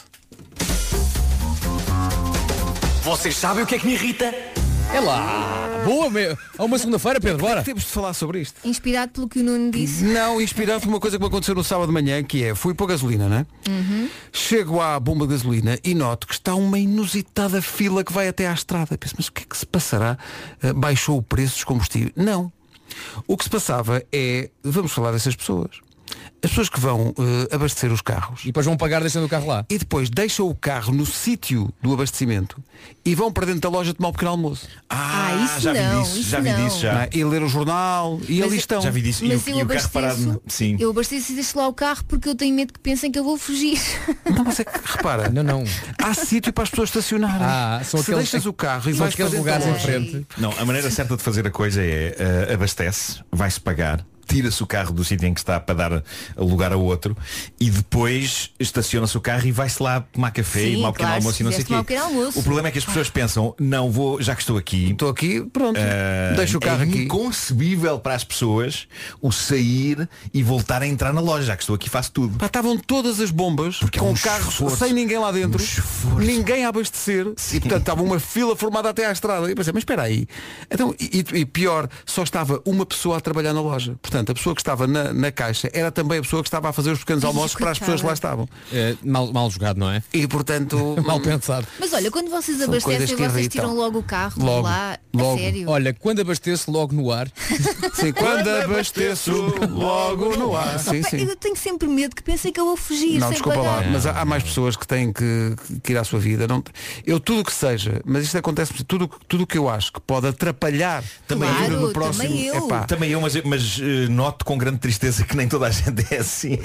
Vocês sabem o que é que me irrita? É lá, boa, há uma segunda-feira, Pedro, bora. Temos de falar sobre isto. Inspirado pelo que o Nuno disse? Não, inspirado por uma coisa que me aconteceu no sábado de manhã, que é, fui pôr gasolina, né? Chego à bomba de gasolina e noto que está uma inusitada fila que vai até à estrada. Penso, mas o que é que se passará? Baixou o preço dos combustíveis? Não. O que se passava é, vamos falar dessas pessoas. As pessoas que vão abastecer os carros. E depois vão pagar deixando o carro lá. E depois deixam o carro no sítio do abastecimento e vão para dentro da loja tomar um pequeno almoço. Isso já vi disso. E ler o jornal e ali estão. Já vi disso. Mas e o carro parado. Sim. Eu abasteço e deixo lá o carro porque eu tenho medo que pensem que eu vou fugir. Não, mas é que repara. Não. Há sítio para as pessoas estacionarem. São se deixas o carro e vais para aqueles lugares em frente. Não, a maneira certa de fazer a coisa é abastece, vai-se pagar, tira-se o carro do sítio em que está para dar lugar a outro e depois estaciona-se o carro e vai-se lá tomar café e tomar um pequeno almoço e não sei o quê. O problema é que as pessoas pensam, não vou, já que estou aqui, pronto, deixo o carro aqui. É inconcebível para as pessoas o sair e voltar a entrar na loja, já que estou aqui faço tudo. Estavam todas as bombas com carros sem ninguém lá dentro, ninguém a abastecer. Sim. E portanto estava uma fila formada até à estrada. E pensei, mas espera aí. Então, e pior, só estava uma pessoa a trabalhar na loja. Portanto, a pessoa que estava na caixa era também a pessoa que estava a fazer os pequenos almoços para as pessoas que lá estavam. Mal jogado, não é? E portanto mal pensado. Mas olha, quando vocês abastecem, vocês tiram logo o carro lá, logo. A sério. Olha, quando abasteço logo no ar. Sim, quando abasteço logo no ar. Sim. Eu tenho sempre medo que pensem que eu vou fugir. Não, sem desculpa pagar. lá, mas há mais pessoas que têm que ir à sua vida. Eu tudo o que seja, mas isto acontece, tudo o que eu acho que pode atrapalhar também a vida do próximo. Também eu, mas noto com grande tristeza que nem toda a gente é assim.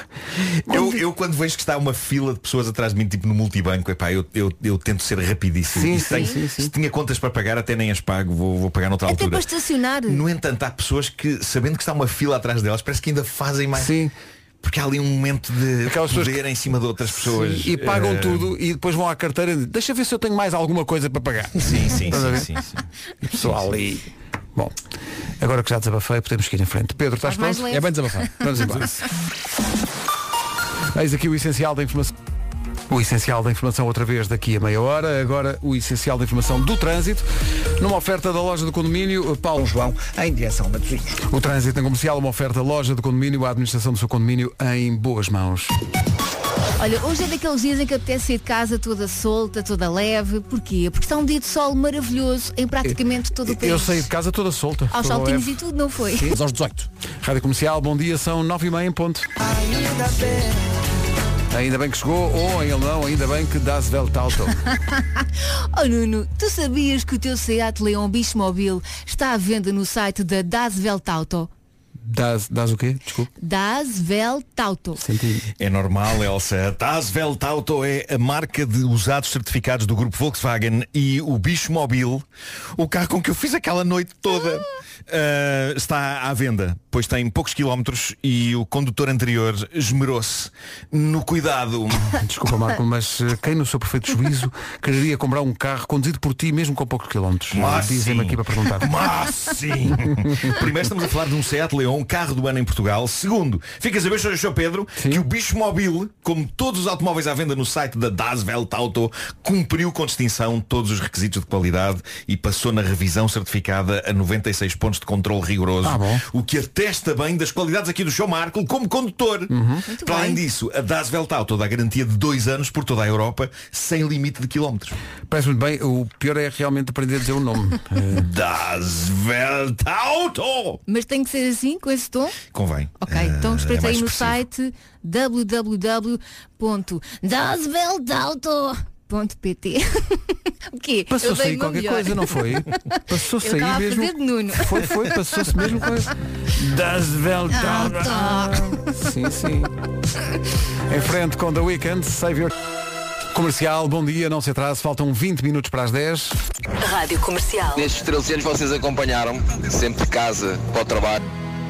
Eu quando vejo que está uma fila de pessoas atrás de mim, tipo no multibanco, eu tento ser rapidíssimo. Se tinha contas para pagar, até nem as pago, vou pagar noutra altura. Até para estacionar. No entanto, há pessoas que, sabendo que está uma fila atrás delas, parece que ainda fazem mais. Sim. Porque há ali um momento de aquelas poder em cima de outras pessoas. Sim. E pagam tudo e depois vão à carteira e dizem, deixa ver se eu tenho mais alguma coisa para pagar. Sim. E pessoal ali. Bom, agora que já desabafei, podemos ir em frente. Pedro, estás pronto? É bem desabafar. Vamos embora. Eis aqui o essencial da informação. O essencial da informação outra vez daqui a meia hora. Agora o essencial da informação do trânsito. Numa oferta da loja do condomínio Paulo João, em direção a Matosinhos. O trânsito em comercial, uma oferta da loja do condomínio, a administração do seu condomínio em boas mãos. Olha, hoje é daqueles dias em que apetece sair de casa toda solta, toda leve. Porquê? Porque está um dia de sol maravilhoso em praticamente todo o país. Eu saí de casa toda solta. Aos saltinhos e tudo, não foi? Sim, aos 18. Rádio Comercial, bom dia, são 9h30 em ponto. Ainda bem que chegou, ou em alemão, ainda bem que das Welt Auto. Oh Nuno, tu sabias que o teu Seat Leon Bichmobil está à venda no site da Das Welt Auto? Das o quê? Desculpe. Das Welt Auto. Senti. É normal, Elsa. Das Welt Auto é a marca de usados certificados do grupo Volkswagen e o bicho móvel, o carro com que eu fiz aquela noite toda, está à venda, pois tem poucos quilómetros e o condutor anterior esmerou-se no cuidado. Desculpa, Marco, mas quem no seu perfeito juízo quereria comprar um carro conduzido por ti mesmo com poucos quilómetros? Dizem-me aqui para perguntar. Mas sim! Primeiro estamos a falar de um Seat Leon, carro do ano em Portugal. Segundo, fica a saber, Sr. Pedro, que o bicho móvel, como todos os automóveis à venda no site da Das Welt Auto, cumpriu com distinção todos os requisitos de qualidade e passou na revisão certificada a 96 pontos de controle rigoroso, o que atesta bem das qualidades aqui do João Marco como condutor. Para além disso, a Das Welt Auto dá garantia de 2 anos por toda a Europa, sem limite de quilómetros. Parece muito bem, o pior é realmente aprender a dizer o nome. Das Welt Auto! Mas tem que ser assim, com esse tom? Convém. Ok, então espreita aí no site www.dasweltauto.pt. O quê? Passou-se aí qualquer coisa, não foi? Passou-se aí mesmo. Foi, passou-se mesmo coisa. Das Welt Auto. Sim. Em frente com The Weeknd, Save Your... Comercial, bom dia, não se atrase, faltam 20 minutos para as 10. Rádio Comercial. Nestes 13 anos vocês acompanharam sempre de casa para o trabalho.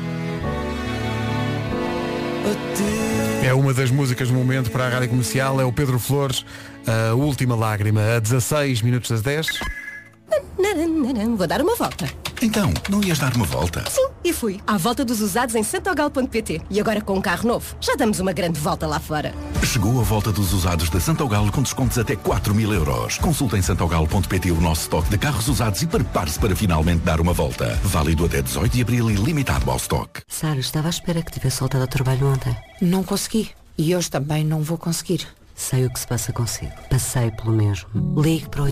É uma das músicas do momento para a Rádio Comercial, é o Pedro Flores, A Última Lágrima, a 16 minutos das 10. Vou dar uma volta. Então, não ias dar uma volta? Sim, e fui. À volta dos usados em santogal.pt. E agora com um carro novo, já damos uma grande volta lá fora. Chegou a volta dos usados da Santogal com descontos até 4.000 euros. Consulta em santogal.pt o nosso estoque de carros usados e prepare-se para finalmente dar uma volta. Válido até 18 de abril e limitado ao estoque. Sara, estava à espera que tivesse voltado ao trabalho ontem. Não consegui. E hoje também não vou conseguir. Sei o que se passa consigo. Passei pelo mesmo. Ligue para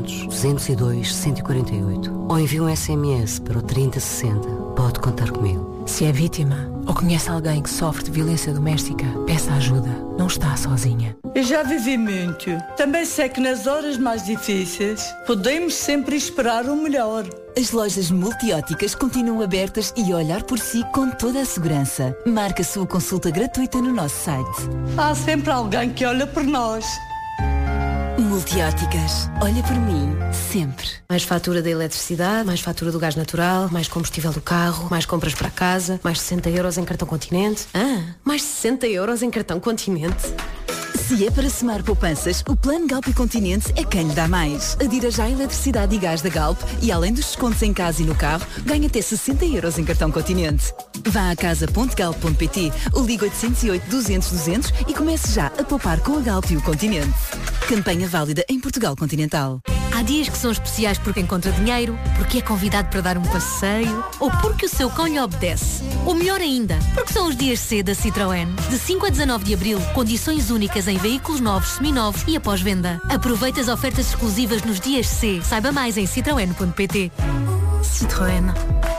800-202-148 ou envie um SMS para o 3060. Pode contar comigo. Se é vítima ou conhece alguém que sofre de violência doméstica, peça ajuda. Não está sozinha. Eu já vivi muito. Também sei que nas horas mais difíceis podemos sempre esperar o melhor. As lojas multióticas continuam abertas e a olhar por si com toda a segurança. Marque a sua consulta gratuita no nosso site. Há sempre alguém que olha por nós. Multióticas. Olha por mim, sempre. Mais fatura da eletricidade, mais fatura do gás natural, mais combustível do carro, mais compras para casa, mais 60 euros em cartão Continente. Mais 60 euros em cartão Continente. Se é para somar poupanças, o Plano Galp e Continente é quem lhe dá mais. Adira já a eletricidade e gás da Galp e, além dos descontos em casa e no carro, ganha até 60 euros em cartão Continente. Vá a casa.galp.pt ou ligue 808-200-200 e comece já a poupar com a Galp e o Continente. Campanha válida em Portugal Continental. Há dias que são especiais porque encontra dinheiro, porque é convidado para dar um passeio ou porque o seu cão lhe obedece. Ou melhor ainda, porque são os dias C da Citroën. De 5 a 19 de abril, condições únicas em veículos novos, seminovos e após venda. Aproveite as ofertas exclusivas nos dias C. Saiba mais em citroen.pt. Citroën.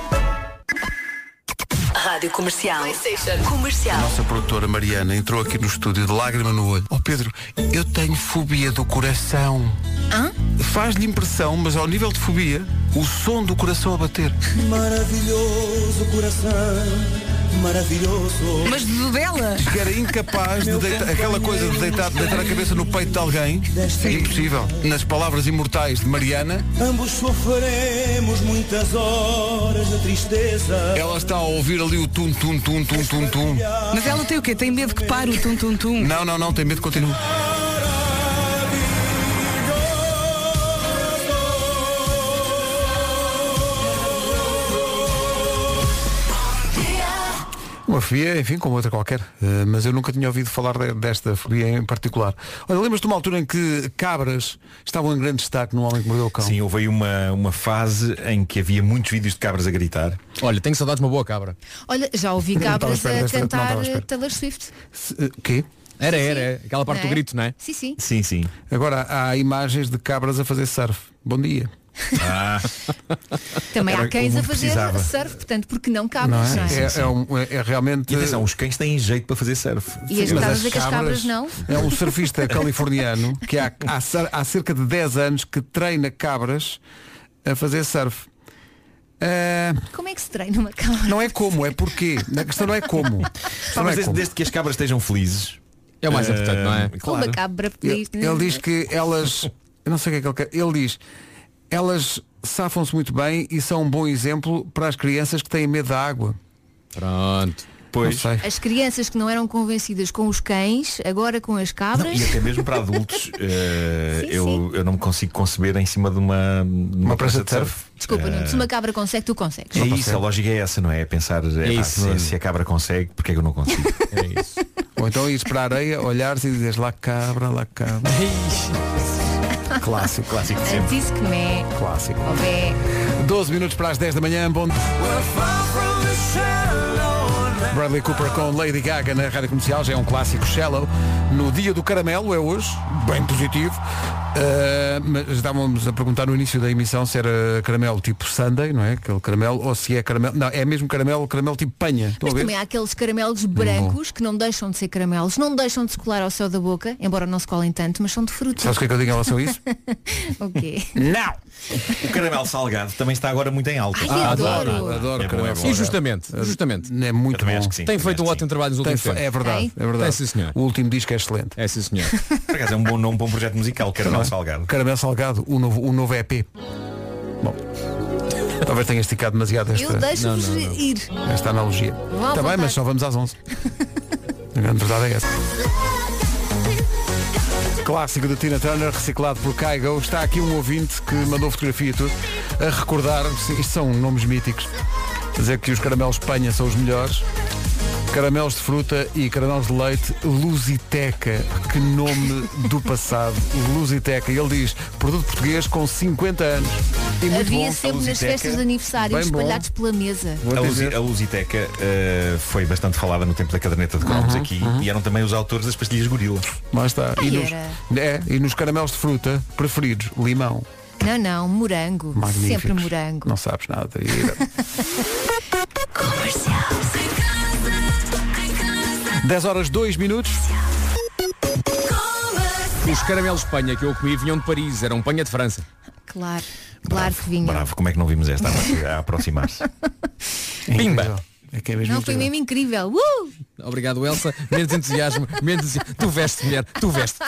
Rádio Comercial. A nossa produtora Mariana entrou aqui no estúdio de lágrima no olho. Pedro, eu tenho fobia do coração. Faz-lhe impressão, mas ao nível de fobia, o som do coração a bater. Maravilhoso coração, maravilhoso. Mas do dela? Diz que era incapaz de deitar, aquela coisa de deitar a cabeça no peito de alguém. É impossível. Nas palavras imortais de Mariana, ambos sofreremos muitas horas de tristeza. Ela está a ouvir ali o tum-tum-tum-tum-tum-tum. Mas ela tem o quê? Tem medo que pare o tum-tum-tum? Não, tem medo que continue. Uma fobia, enfim, como outra qualquer, mas eu nunca tinha ouvido falar desta fobia em particular. Olha, lembras-te de uma altura em que cabras estavam em grande destaque no Homem que Mordeu o Cão? Sim, houve aí uma fase em que havia muitos vídeos de cabras a gritar. Olha, tenho saudades de uma boa cabra. Olha, já ouvi cabras a cantar Taylor Swift. O quê? Era. Aquela parte do grito, não é? Sim. Sim. Agora há imagens de cabras a fazer surf. Bom dia. Também há cães a fazer surf, portanto, porque não cabras, não é? É realmente. E atenção, os cães têm jeito para fazer surf. E as cabras que as cabras não? É um surfista californiano que há cerca de 10 anos que treina cabras a fazer surf. Como é que se treina uma cabra? Não é como, é porquê. A questão não é como. Desde que as cabras estejam felizes. É o mais importante, não é? Claro. Uma cabra feliz. Ele diz que elas... Eu não sei o que é que ele quer. Ele diz... Elas safam-se muito bem e são um bom exemplo para as crianças que têm medo da água. Pronto. Pois. As crianças que não eram convencidas com os cães, agora com as cabras. Não, e até mesmo para adultos, eu não me consigo conceber em cima de uma prancha de surf. Desculpa, Nuno, se uma cabra consegue, tu consegues. É isso, a lógica é essa, não é? Pensar se a cabra consegue, porque é que eu não consigo? É isso. Ou então ires para a areia, olhares e dizes lá cabra, lá cabra. Clássico. Clássico de sempre. Disse que não é. Clássico. 12 minutos para as 10 da manhã. Bom... Bradley Cooper com Lady Gaga na Rádio Comercial, já é um clássico. Shallow. No dia do caramelo é hoje, bem positivo. Mas estávamos a perguntar no início da emissão se era caramelo tipo Sunday, não é? Aquele caramelo, ou se é caramelo. Não, é mesmo caramelo tipo panha. Mas também há aqueles caramelos brancos que não deixam de ser caramelos, não deixam de se colar ao céu da boca, embora não se colem tanto, mas são de fruta. Sabes o que é que eu digo em relação a isso? O quê? Não! O caramelo salgado também está agora muito em alta. Adoro é caramelo salgado. E justamente. É muito bom. Acho que sim, tem feito um ótimo trabalho nos últimos tempos. É verdade. Tem, sim, senhor. O último disco é excelente. É, sim, senhor. Por acaso é um bom projeto musical, Caramelo Salgado. Caramelo Salgado, o novo EP. Bom, talvez tenha esticado demasiado esta... Eu deixo-vos ir. Esta analogia. Está bem, mas só vamos às 11. A grande verdade é essa. Clássico de Tina Turner, reciclado por Kygo. Está aqui um ouvinte que mandou fotografia e tudo a recordar, isto são nomes míticos, a dizer que os caramelos Panha são os melhores. Caramelos de fruta e caramelos de leite Lusiteca. Que nome do passado. Lusiteca. Ele diz, produto português com 50 anos. E muito havia bom. sempre nas festas de aniversário espalhados pela mesa. A Lusiteca foi bastante falada no tempo da caderneta de cromos aqui e eram também os autores das pastilhas gorila. Lá está. E nos caramelos de fruta preferidos, limão. Não, morango. Sempre morango. Não sabes nada. Comercial. 10 horas 2 minutos. Os caramelos Panha que eu comi vinham de Paris, eram Panha de França. Claro que vinham. Bravo, como é que não vimos esta a aproximar-se? Pimba! Não, foi mesmo incrível. Obrigado, Elsa. Menos entusiasmo, Tu veste, mulher, tu veste.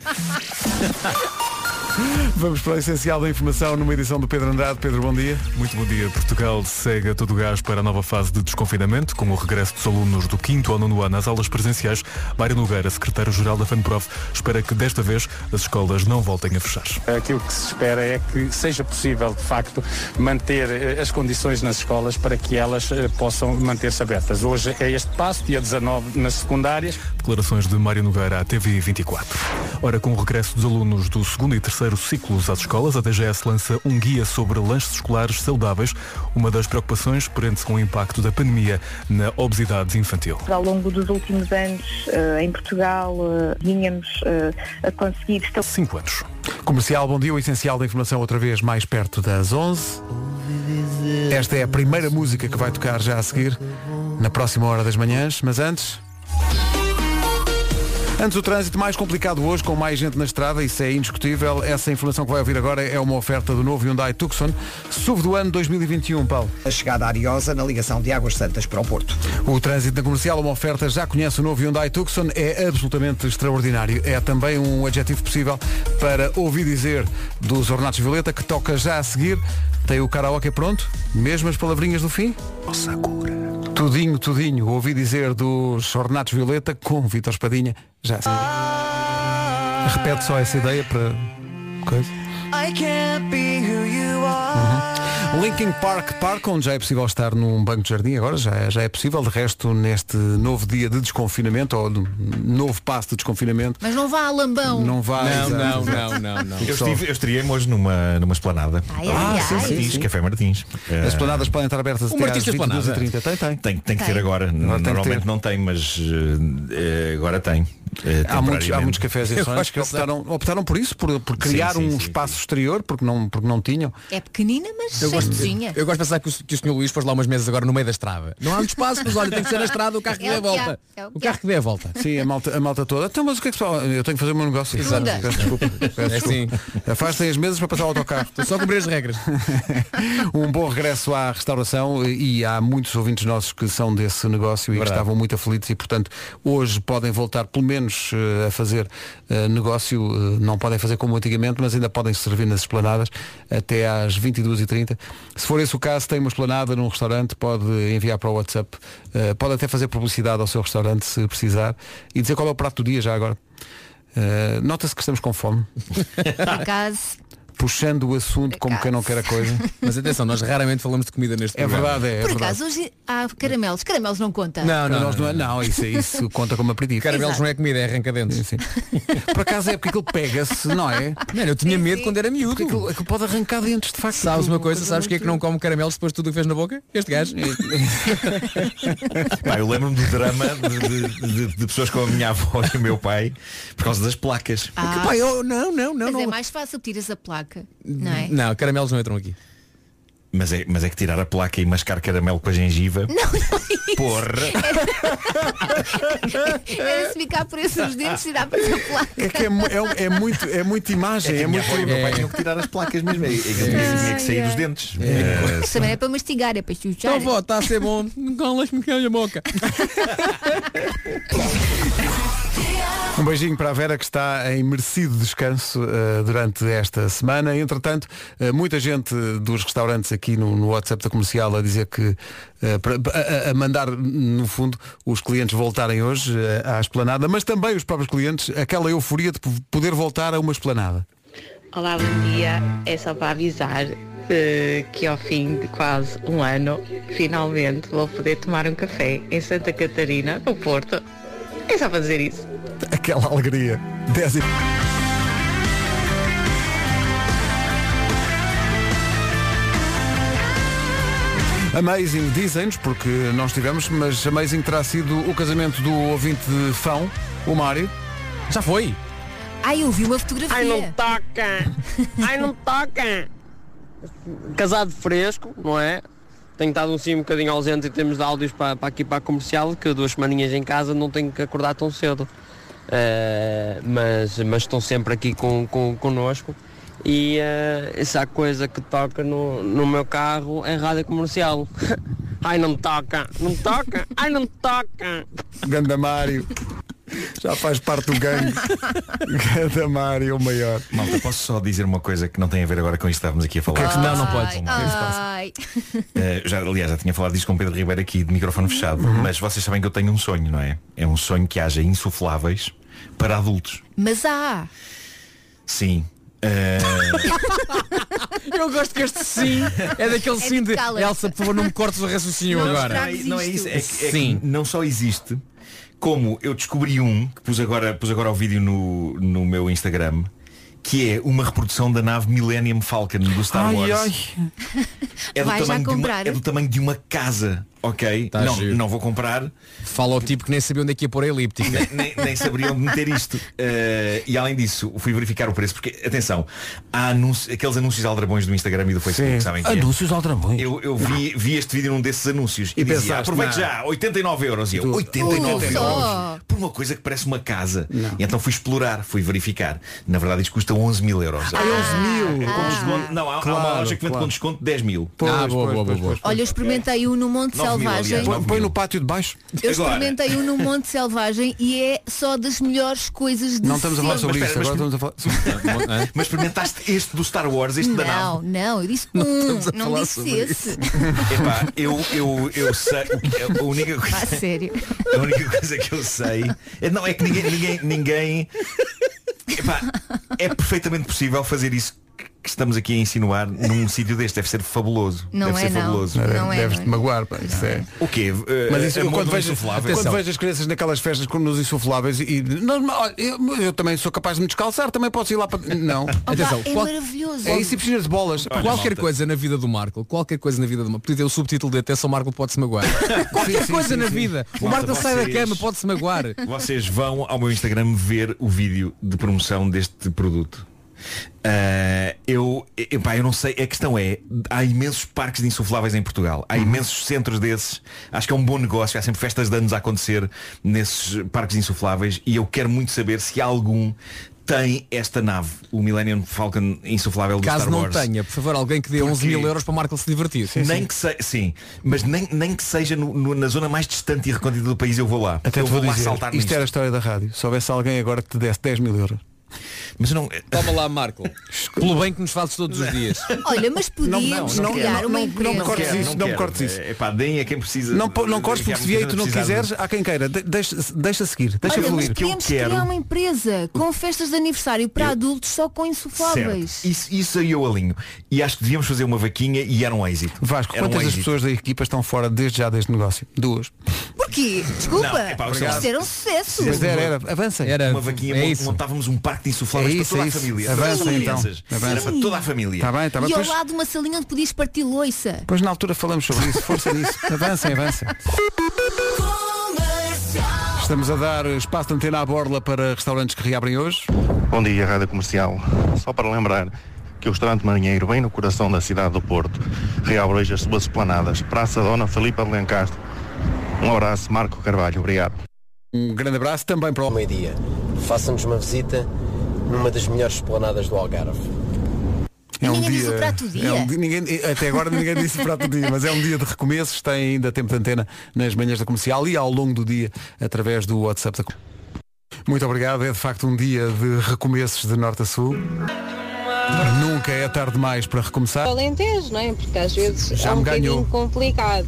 Vamos para o essencial da informação numa edição do Pedro Andrade. Pedro, bom dia. Muito bom dia. Portugal segue a todo gás para a nova fase de desconfinamento, com o regresso dos alunos do 5º ao 9º ano às aulas presenciais. Mário Nogueira, secretário-geral da FENPROF, espera que desta vez as escolas não voltem a fechar. Aquilo que se espera é que seja possível, de facto, manter as condições nas escolas para que elas possam manter-se abertas. Hoje é este passo, dia 19 nas secundárias. Declarações de Mário Nogueira à TV24. Ora, com o regresso dos alunos do 2º e 3º ciclos às escolas, a DGS lança um guia sobre lanches escolares saudáveis. Uma das preocupações prende-se com o impacto da pandemia na obesidade infantil. Ao longo dos últimos anos, em Portugal, vínhamos a conseguir... 5 anos. Comercial, bom dia. O essencial da informação outra vez mais perto das 11. Esta é a primeira música que vai tocar já a seguir, na próxima hora das manhãs, mas antes o trânsito mais complicado hoje, com mais gente na estrada, isso é indiscutível. Essa informação que vai ouvir agora é uma oferta do novo Hyundai Tucson, SUV do ano 2021, Paulo. A chegada à Ariosa na ligação de Águas Santas para o Porto. O trânsito na comercial, uma oferta, já conhece o novo Hyundai Tucson, é absolutamente extraordinário. É também um adjetivo possível para ouvir dizer dos Ornatos Violeta, que toca já a seguir. Tem o karaoke pronto? Mesmo as palavrinhas do fim? Nossa cura. Tudinho, ouvi dizer dos Ornatos Violeta com Vítor Espadinha. Já sei. Repete só essa ideia para coisa. Linkin Park, onde já é possível estar num banco de jardim, agora já é possível, de resto, neste novo dia de desconfinamento, ou novo passo de desconfinamento. Mas não vá a Lambão. Não vá. Não. Eu estaria hoje numa esplanada. Sim. Café Martins. As esplanadas podem estar abertas até às 22h30. Tem que ter agora. Normalmente não tem, mas agora tem. Há muitos cafés e restaurantes que optaram por isso, por criar um espaço exterior, porque não tinham. É pequenina, mas eu sem gosto, cozinha. Eu gosto de pensar que o Sr. Luís pôs lá umas mesas agora no meio da estrada. Não há muito espaço, mas olha, tem que ser na estrada o carro que dê a volta. O carro que dê a volta. Sim, a malta toda. Então, mas o que é que pessoal? Eu tenho que fazer o meu negócio. Exato. Peço desculpa. Assim. Afastem as mesas para passar o autocarro. Estou só a cumprir as regras. Um bom regresso à restauração, e há muitos ouvintes nossos que são desse negócio e que estavam muito aflitos e, portanto, hoje podem voltar pelo menos a fazer negócio. Não podem fazer como antigamente, mas ainda podem servir nas esplanadas até às 22h30. Se for esse o caso, tem uma esplanada num restaurante, pode enviar para o WhatsApp, pode até fazer publicidade ao seu restaurante se precisar e dizer qual é o prato do dia já agora. Nota-se que estamos com fome. Por acaso, puxando o assunto como quem não quer a coisa. Mas atenção, nós raramente falamos de comida neste programa. Verdade, por acaso, hoje há caramelos. Caramelos não conta. Não, isso conta como aperitivo. Caramelos não é comida, é arranca-dentes. Sim. Por acaso é porque aquilo pega-se, não é? Mano, eu tinha medo quando era miúdo. Aquilo pode arrancar dentes, de facto. Sabes uma coisa, sabes quem é que não come caramelos depois de tudo o que fez na boca? Este gajo. Pá, eu lembro-me do drama de pessoas como a minha avó e o meu pai por causa das placas. Pá, Mas é mais fácil, tiras a placa. Não é? Não, caramelos não entram aqui. Mas é que tirar a placa e mascar caramelo com a gengiva. Não é isso. Porra! Era se ficar por esses dentes, tirar para a placa. É que é muita imagem. É muito. Meu pai tinha que tirar as placas mesmo. Tinha que sair dos dentes. Também é para mastigar, é para chuchar. Então vó, está a ser bom. Colas-me que a boca. Um beijinho para a Vera, que está em merecido descanso durante esta semana. Entretanto, muita gente dos restaurantes aqui no WhatsApp da Comercial a dizer que a mandar, no fundo, os clientes voltarem hoje à esplanada, mas também os próprios clientes, aquela euforia de poder voltar a uma esplanada. Olá, bom dia. É só para avisar que ao fim de quase um ano, finalmente vou poder tomar um café em Santa Catarina, no Porto. É só para dizer isso. Aquela alegria. 10 e... Amazing, dizem-nos, porque não estivemos, mas Amazing terá sido o casamento do ouvinte de Fão, o Mário. Já foi? Ai, eu vi uma fotografia. Ai, não toca! Ai, não toca! Casado fresco, não é? Tenho estado um bocadinho ausente em termos de áudios para aqui para a Comercial, que 2 semaninhas em casa não tenho que acordar tão cedo. Mas estão sempre aqui connosco. E essa coisa que toca no meu carro é rádio comercial. Ai, não toca, não toca, ai, não toca. Ganda Mário, já faz parte do gangue. Ganda Mário, o maior. Malta, posso só dizer uma coisa que não tem a ver agora com isto que estávamos aqui a falar? Não pode. Aliás, já tinha falado disto com Pedro Ribeiro aqui, de microfone fechado. Mas vocês sabem que eu tenho um sonho, não é? É um sonho que haja insufláveis para adultos. Mas há. Sim. Eu gosto que este sim é daquele sim de Elsa, por favor, não me cortes o raciocínio agora. Não é isso, é que não só existe, como eu descobri que pus agora o vídeo no meu Instagram, que é uma reprodução da nave Millennium Falcon do Star Wars. É do tamanho de uma casa. Ok, não vou comprar. Fala ao tipo que nem sabia onde é que ia pôr a elíptica. nem sabia onde meter isto. E além disso, fui verificar o preço, porque, atenção, há aqueles anúncios aldrabões do Instagram e do Facebook. Sabem que anúncios aldrabões. Eu vi este vídeo num desses anúncios e dizia, aproveite já, 89 euros. E eu, 89 euros por uma coisa que parece uma casa. E então fui explorar, fui verificar. Na verdade isto custa 11 mil euros. 11 mil? Não, há uma loja que vende com desconto de 10 mil. Boa. Olha, eu experimentei no Monte Selvagem. Põe no pátio de baixo. Eu experimentei no Monte Selvagem e é só das melhores coisas de Não estamos a falar sobre isso. Agora estamos a falar... Mas experimentaste este do Star Wars, este da nave? Não, eu disse não disse esse. Epá, eu sei. A única coisa. Sério. A única coisa que eu sei é que ninguém. Epá, é perfeitamente possível fazer isso que estamos aqui a insinuar num sítio deste. Deve ser fabuloso. Não deve ser fabuloso. Deves-te magoar. Pá, isso é... O quê? Mas isso, quando vejo as crianças naquelas festas como nos insufláveis eu também sou capaz de me descalçar, também posso ir lá para... Não. Atenção, é maravilhoso. É isso e piscinas de bolas. Olha, qualquer coisa na vida do Marco, podia ter o subtítulo de Atenção Marco pode-se magoar. Qualquer coisa na vida. O Marco sai da cama, pode-se magoar. Vocês vão ao meu Instagram ver o vídeo de promoção deste produto. Eu não sei, a questão é, há imensos parques de insufláveis em Portugal, há imensos centros desses, acho que é um bom negócio, há sempre festas de anos a acontecer nesses parques de insufláveis e eu quero muito saber se algum tem esta nave, o Millennium Falcon insuflável do Star Wars. Caso não tenha, por favor, alguém que dê 11.000 euros para o Marco se divertir. Mas nem que seja na zona mais distante e recôndita do país eu vou lá. Até eu vou lá dizer, saltar isto era a história da rádio. Se houvesse alguém agora que te desse 10.000 euros. Mas não... Toma lá, Marco. Pelo bem que nos fazes todos os dias. Olha, mas podíamos criar uma empresa. Não cortes isso, não cortes isso. Deem a quem precisa. Não cortes porque se vier e tu não quiseres, há quem queira. Deixa seguir, deixa Olha, fluir. Mas podíamos criar uma empresa com festas de aniversário para adultos só com insufláveis. Isso aí eu alinho. E acho que devíamos fazer uma vaquinha e era um êxito. Vasco, quantas das pessoas da equipa estão fora desde já deste negócio? 2. Porquê? Desculpa. Isto era um sucesso. Mas era, avança. Era uma vaquinha, montávamos um parque de insufláveis para toda a família. Avança então. Era para toda a família. Tá bem. E ao lado uma salinha onde podias partir loiça. Pois na altura falamos sobre isso. Força nisso. Avança. Estamos a dar espaço de antena à borla para restaurantes que reabrem hoje. Bom dia, Rádio Comercial. Só para lembrar que o restaurante Marinheiro, bem no coração da cidade do Porto, reabre hoje as suas esplanadas. Praça Dona Filipa de Lencastre. Um abraço, Marco Carvalho. Obrigado. Um grande abraço também para o meio-dia. Faça-nos uma visita numa das melhores esplanadas do Algarve. Ninguém diz o prato do dia. Até agora ninguém disse o prato do dia, mas é um dia de recomeços, tem ainda tempo de antena nas manhãs da Comercial e ao longo do dia através do WhatsApp da... Muito obrigado, é de facto um dia de recomeços de norte a sul. Nunca é tarde demais para recomeçar. Alentejo, não é? Porque às vezes já é um bocadinho complicado.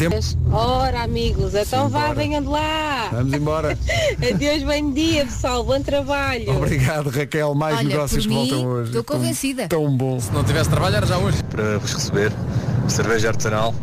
Ora, amigos, então vá, venham de lá. Vamos embora. Adeus, bom dia, pessoal, bom trabalho. Obrigado, Raquel, mais Olha, negócios que voltam hoje. Estou convencida. Tão bom. Se não tivesse trabalho era já hoje. Para vos receber cerveja artesanal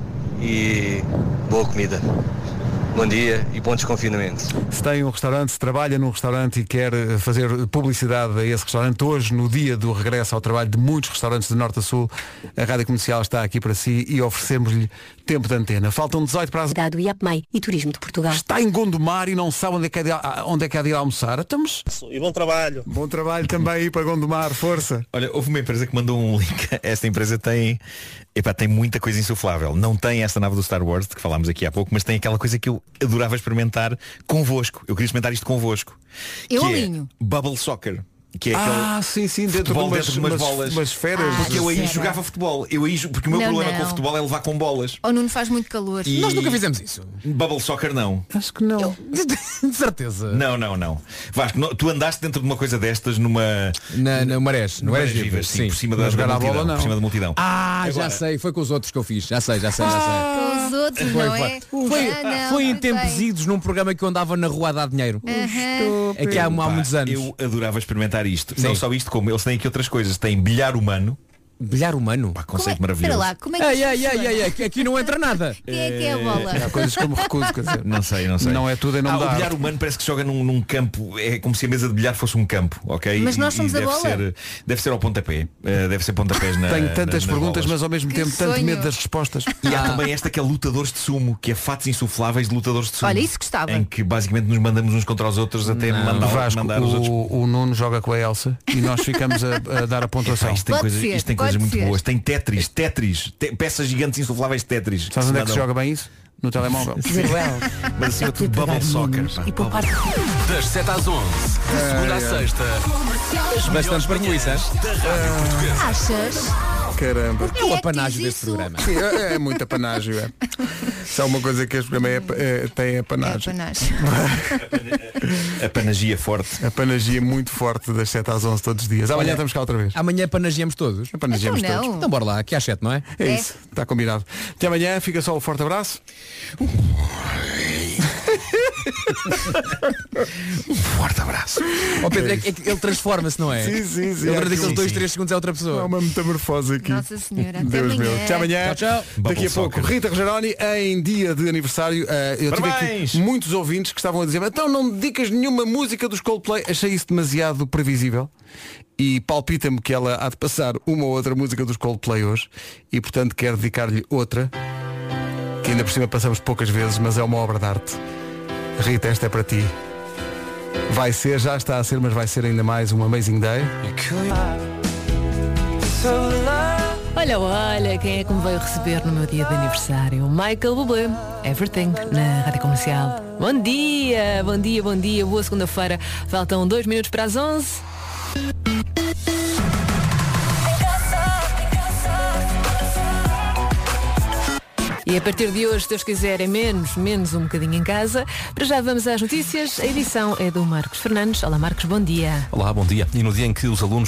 e boa comida. Bom dia e bom desconfinamento. Se tem um restaurante, se trabalha num restaurante e quer fazer publicidade a esse restaurante, hoje, no dia do regresso ao trabalho de muitos restaurantes de norte a sul, a Rádio Comercial está aqui para si e oferecemos-lhe tempo de antena. Faltam 18 para as... Do IAPMEI e Turismo de Portugal. Está em Gondomar e não sabe onde é que há de ir almoçar. Estamos... E bom trabalho. Bom trabalho também aí para Gondomar, força. Olha, houve uma empresa que mandou um link. Esta empresa tem muita coisa insuflável. Não tem esta nave do Star Wars, de que falámos aqui há pouco, mas tem aquela coisa que eu adorava experimentar convosco. Eu queria experimentar isto convosco. Eu alinho. Bubble Soccer. Que é sim, dentro de umas bolas. Umas esferas. Porque eu aí jogava futebol. Porque o meu problema com o futebol é levar com bolas. Ou não faz muito calor. E... Nós nunca fizemos isso. Bubble Soccer não. Acho que não. De certeza. Não. Vasco, tu andaste dentro de uma coisa destas numa... No Marés. No Marés Vivas, sim. Por cima da multidão. Por cima da multidão. Agora... já sei. Foi com os outros que eu fiz. Já sei. Com os outros, não é? Foi em tempos idos num programa que eu andava na rua a dar dinheiro. É que há muitos anos. Eu adorava experimentar isto. Sim. Não só isto, como eles têm aqui outras coisas. Tem bilhar humano. Bilhar humano? Conceito maravilhoso. Espera lá, como é que aqui não entra nada. Quem é que é a bola? Há coisas que eu me recuso, quer dizer. Não sei. Não é tudo e não dá. O bilhar humano parece que se joga num campo. É como se a mesa de bilhar fosse um campo, ok? Mas nós somos a bola. Deve ser ao pontapé. Deve ser pontapés na... Tenho tantas perguntas, bolas. mas ao mesmo tempo tanto medo das respostas. E há também esta que é lutadores de sumo, que é fatos insufláveis de lutadores de sumo. Olha, isso gostava. Em que basicamente nos mandamos uns contra os outros até mandar os outros. O Nuno joga com a Elsa e nós ficamos a dar a pontuação. Isto tem coisas muito boas. Tem Tetris, peças gigantes insufláveis de Tetris. Sabes onde é que se joga bem isso? No telemóvel. Mas acima de tudo Bubble Soccer. Das 7 às 11, de segunda à sexta, Bastante parvoíças. Achas? Caramba. É o apanágio desse programa. Sim, é muito apanágio. Se há uma coisa que este programa tem apanágio. A panagia forte. A panagia muito forte das 7 às 11 todos os dias. Amanhã estamos cá outra vez. Amanhã panagiamos todos. Panagiamos todos. Então bora lá, aqui às 7, não é? É isso, está combinado. Até amanhã, fica só o forte abraço. Um forte abraço. Oh, Pedro, é que ele transforma-se, não é? Sim. Ele durante aqueles 2-3 segundos é outra pessoa. É uma metamorfose aqui. Nossa Senhora, até Deus amanhã. meu. Até amanhã. Tchau. Daqui a pouco, Rita Rogeroni, em dia de aniversário. Eu tive aqui muitos ouvintes que estavam a dizer: então não dedicas nenhuma música dos Coldplay. Achei isso demasiado previsível. E palpita-me que ela há de passar uma ou outra música dos Coldplay hoje. E portanto quero dedicar-lhe outra, que ainda por cima passamos poucas vezes, mas é uma obra de arte. Rita, esta é para ti. Vai ser, já está a ser, mas vai ser ainda mais um Amazing Day. Olha, quem é que me veio receber no meu dia de aniversário? O Michael Bublé, Everything, na Rádio Comercial. Bom dia, boa segunda-feira. Faltam 2 minutos para as 11. E a partir de hoje, se Deus quiser, é menos um bocadinho em casa. Para já vamos às notícias. A edição é do Marcos Fernandes. Olá Marcos, bom dia. Olá, bom dia. E no dia em que os alunos